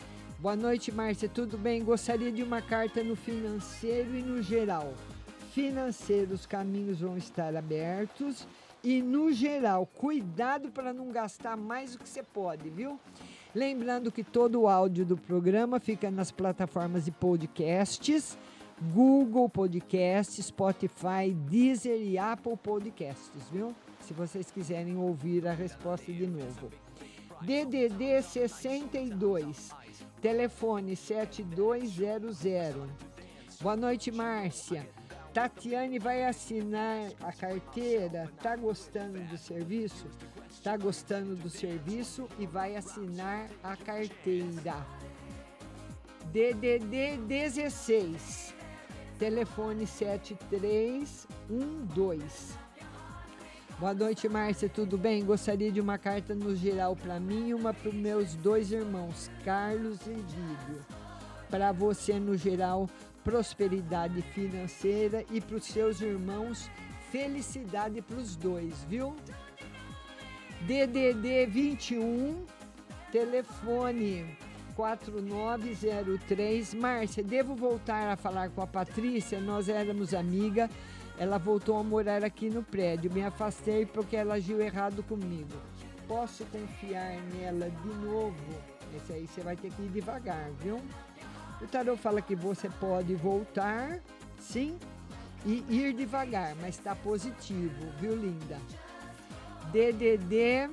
[SPEAKER 14] Boa noite, Márcia. Tudo bem? Gostaria de uma carta no financeiro e no geral. Financeiro, os caminhos vão estar abertos. E no geral, cuidado para não gastar mais do que você pode, viu? Lembrando que todo o áudio do programa fica nas plataformas de podcasts, Google Podcasts, Spotify, Deezer e Apple Podcasts, viu? Se vocês quiserem ouvir a resposta de novo. D D D sessenta e dois, telefone sete dois zero zero. Boa noite, Márcia. Tatiane vai assinar a carteira, tá gostando do serviço? Tá gostando do serviço e vai assinar a carteira. D D D dezesseis, telefone sete três um dois. Boa noite, Márcia, tudo bem? Gostaria de uma carta no geral para mim e uma para os meus dois irmãos, Carlos e Vídeo. Para você, no geral, prosperidade financeira e para os seus irmãos, felicidade para os dois, viu? D D D vinte e um, telefone quatro nove zero três. Márcia, devo voltar a falar com a Patrícia? Nós éramos amigas, ela voltou a morar aqui no prédio. Me afastei porque ela agiu errado comigo. Posso confiar nela de novo? Esse aí você vai ter que ir devagar, viu? O tarô fala que você pode voltar, sim, e ir devagar, mas está positivo, viu, linda? D D D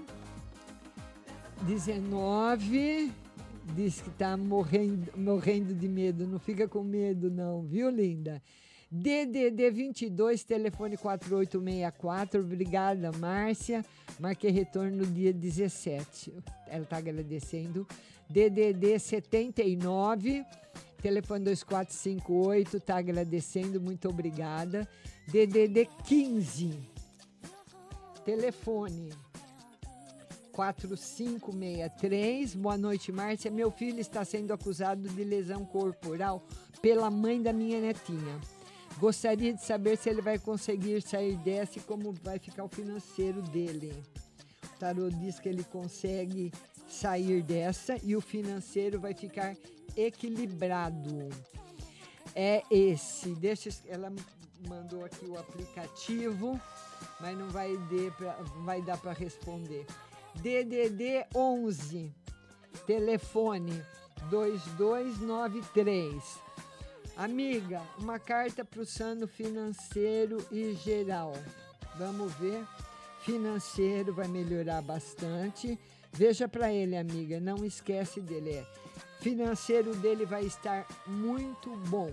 [SPEAKER 14] dezenove, diz que está morrendo, morrendo de medo, não fica com medo não, viu, linda? D D D vinte e dois, telefone quatro oito seis quatro, obrigada, Márcia, marquei retorno no dia dezessete, ela está agradecendo. D D D setenta e nove, telefone dois quatro cinco oito, está agradecendo, muito obrigada. D D D quinze, telefone quatro cinco seis três, boa noite, Márcia. Meu filho está sendo acusado de lesão corporal pela mãe da minha netinha. Gostaria de saber se ele vai conseguir sair dessa e como vai ficar o financeiro dele. O tarô diz que ele consegue sair dessa e o financeiro vai ficar equilibrado. É esse. Deixa, ela mandou aqui o aplicativo, mas não vai, de pra, vai dar para responder. D D D onze, telefone dois dois nove três. Amiga, uma carta para o sano financeiro e geral. Vamos ver. Financeiro vai melhorar bastante. Veja para ele, amiga, não esquece dele. É. Financeiro dele vai estar muito bom.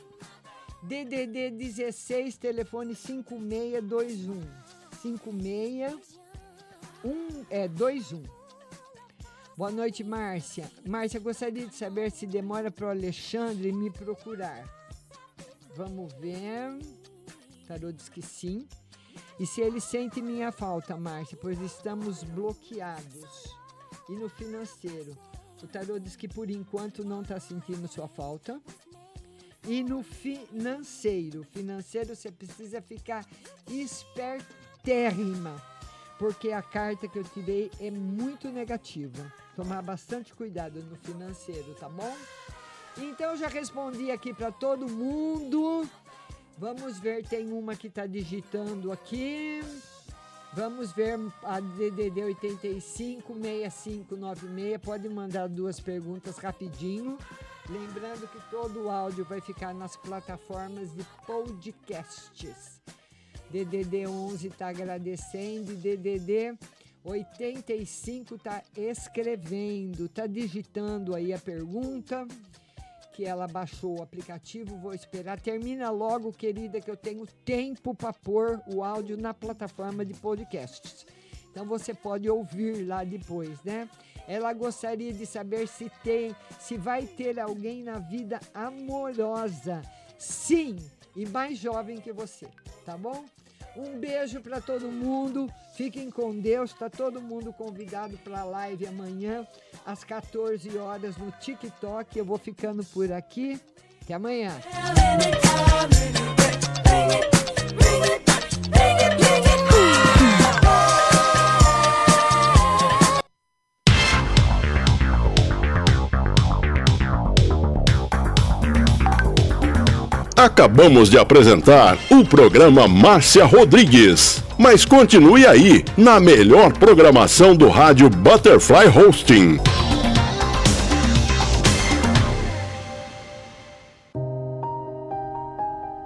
[SPEAKER 14] D D D dezesseis, telefone cinco seis dois um. cinco seis um, é, dois um. Boa noite, Márcia. Márcia, gostaria de saber se demora para o Alexandre me procurar. Vamos ver. O tarô diz que sim. E se ele sente minha falta, Márcia, pois estamos bloqueados. E no financeiro, o tarô diz que por enquanto não está sentindo sua falta. E no financeiro, financeiro você precisa ficar espertérrima, porque a carta que eu tirei é muito negativa. Tomar bastante cuidado no financeiro, tá bom? Então, já respondi aqui para todo mundo. Vamos ver, tem uma que está digitando aqui. Vamos ver a D D D oitenta e cinco, seis cinco nove seis. Pode mandar duas perguntas rapidinho. Lembrando que todo o áudio vai ficar nas plataformas de podcasts. D D D onze está agradecendo. D D D oitenta e cinco está escrevendo, está digitando aí a pergunta, que ela baixou o aplicativo, vou esperar. Termina logo, querida, que eu tenho tempo para pôr o áudio na plataforma de podcasts. Então você pode ouvir lá depois, né? Ela gostaria de saber se tem, se vai ter alguém na vida amorosa. Sim, e mais jovem que você, tá bom? Um beijo para todo mundo, fiquem com Deus, tá todo mundo convidado para a live amanhã, às quatorze horas no TikTok. Eu vou ficando por aqui, até amanhã.
[SPEAKER 7] Acabamos de apresentar o programa Márcia Rodrigues. Mas continue aí, na melhor programação do rádio Butterfly Hosting.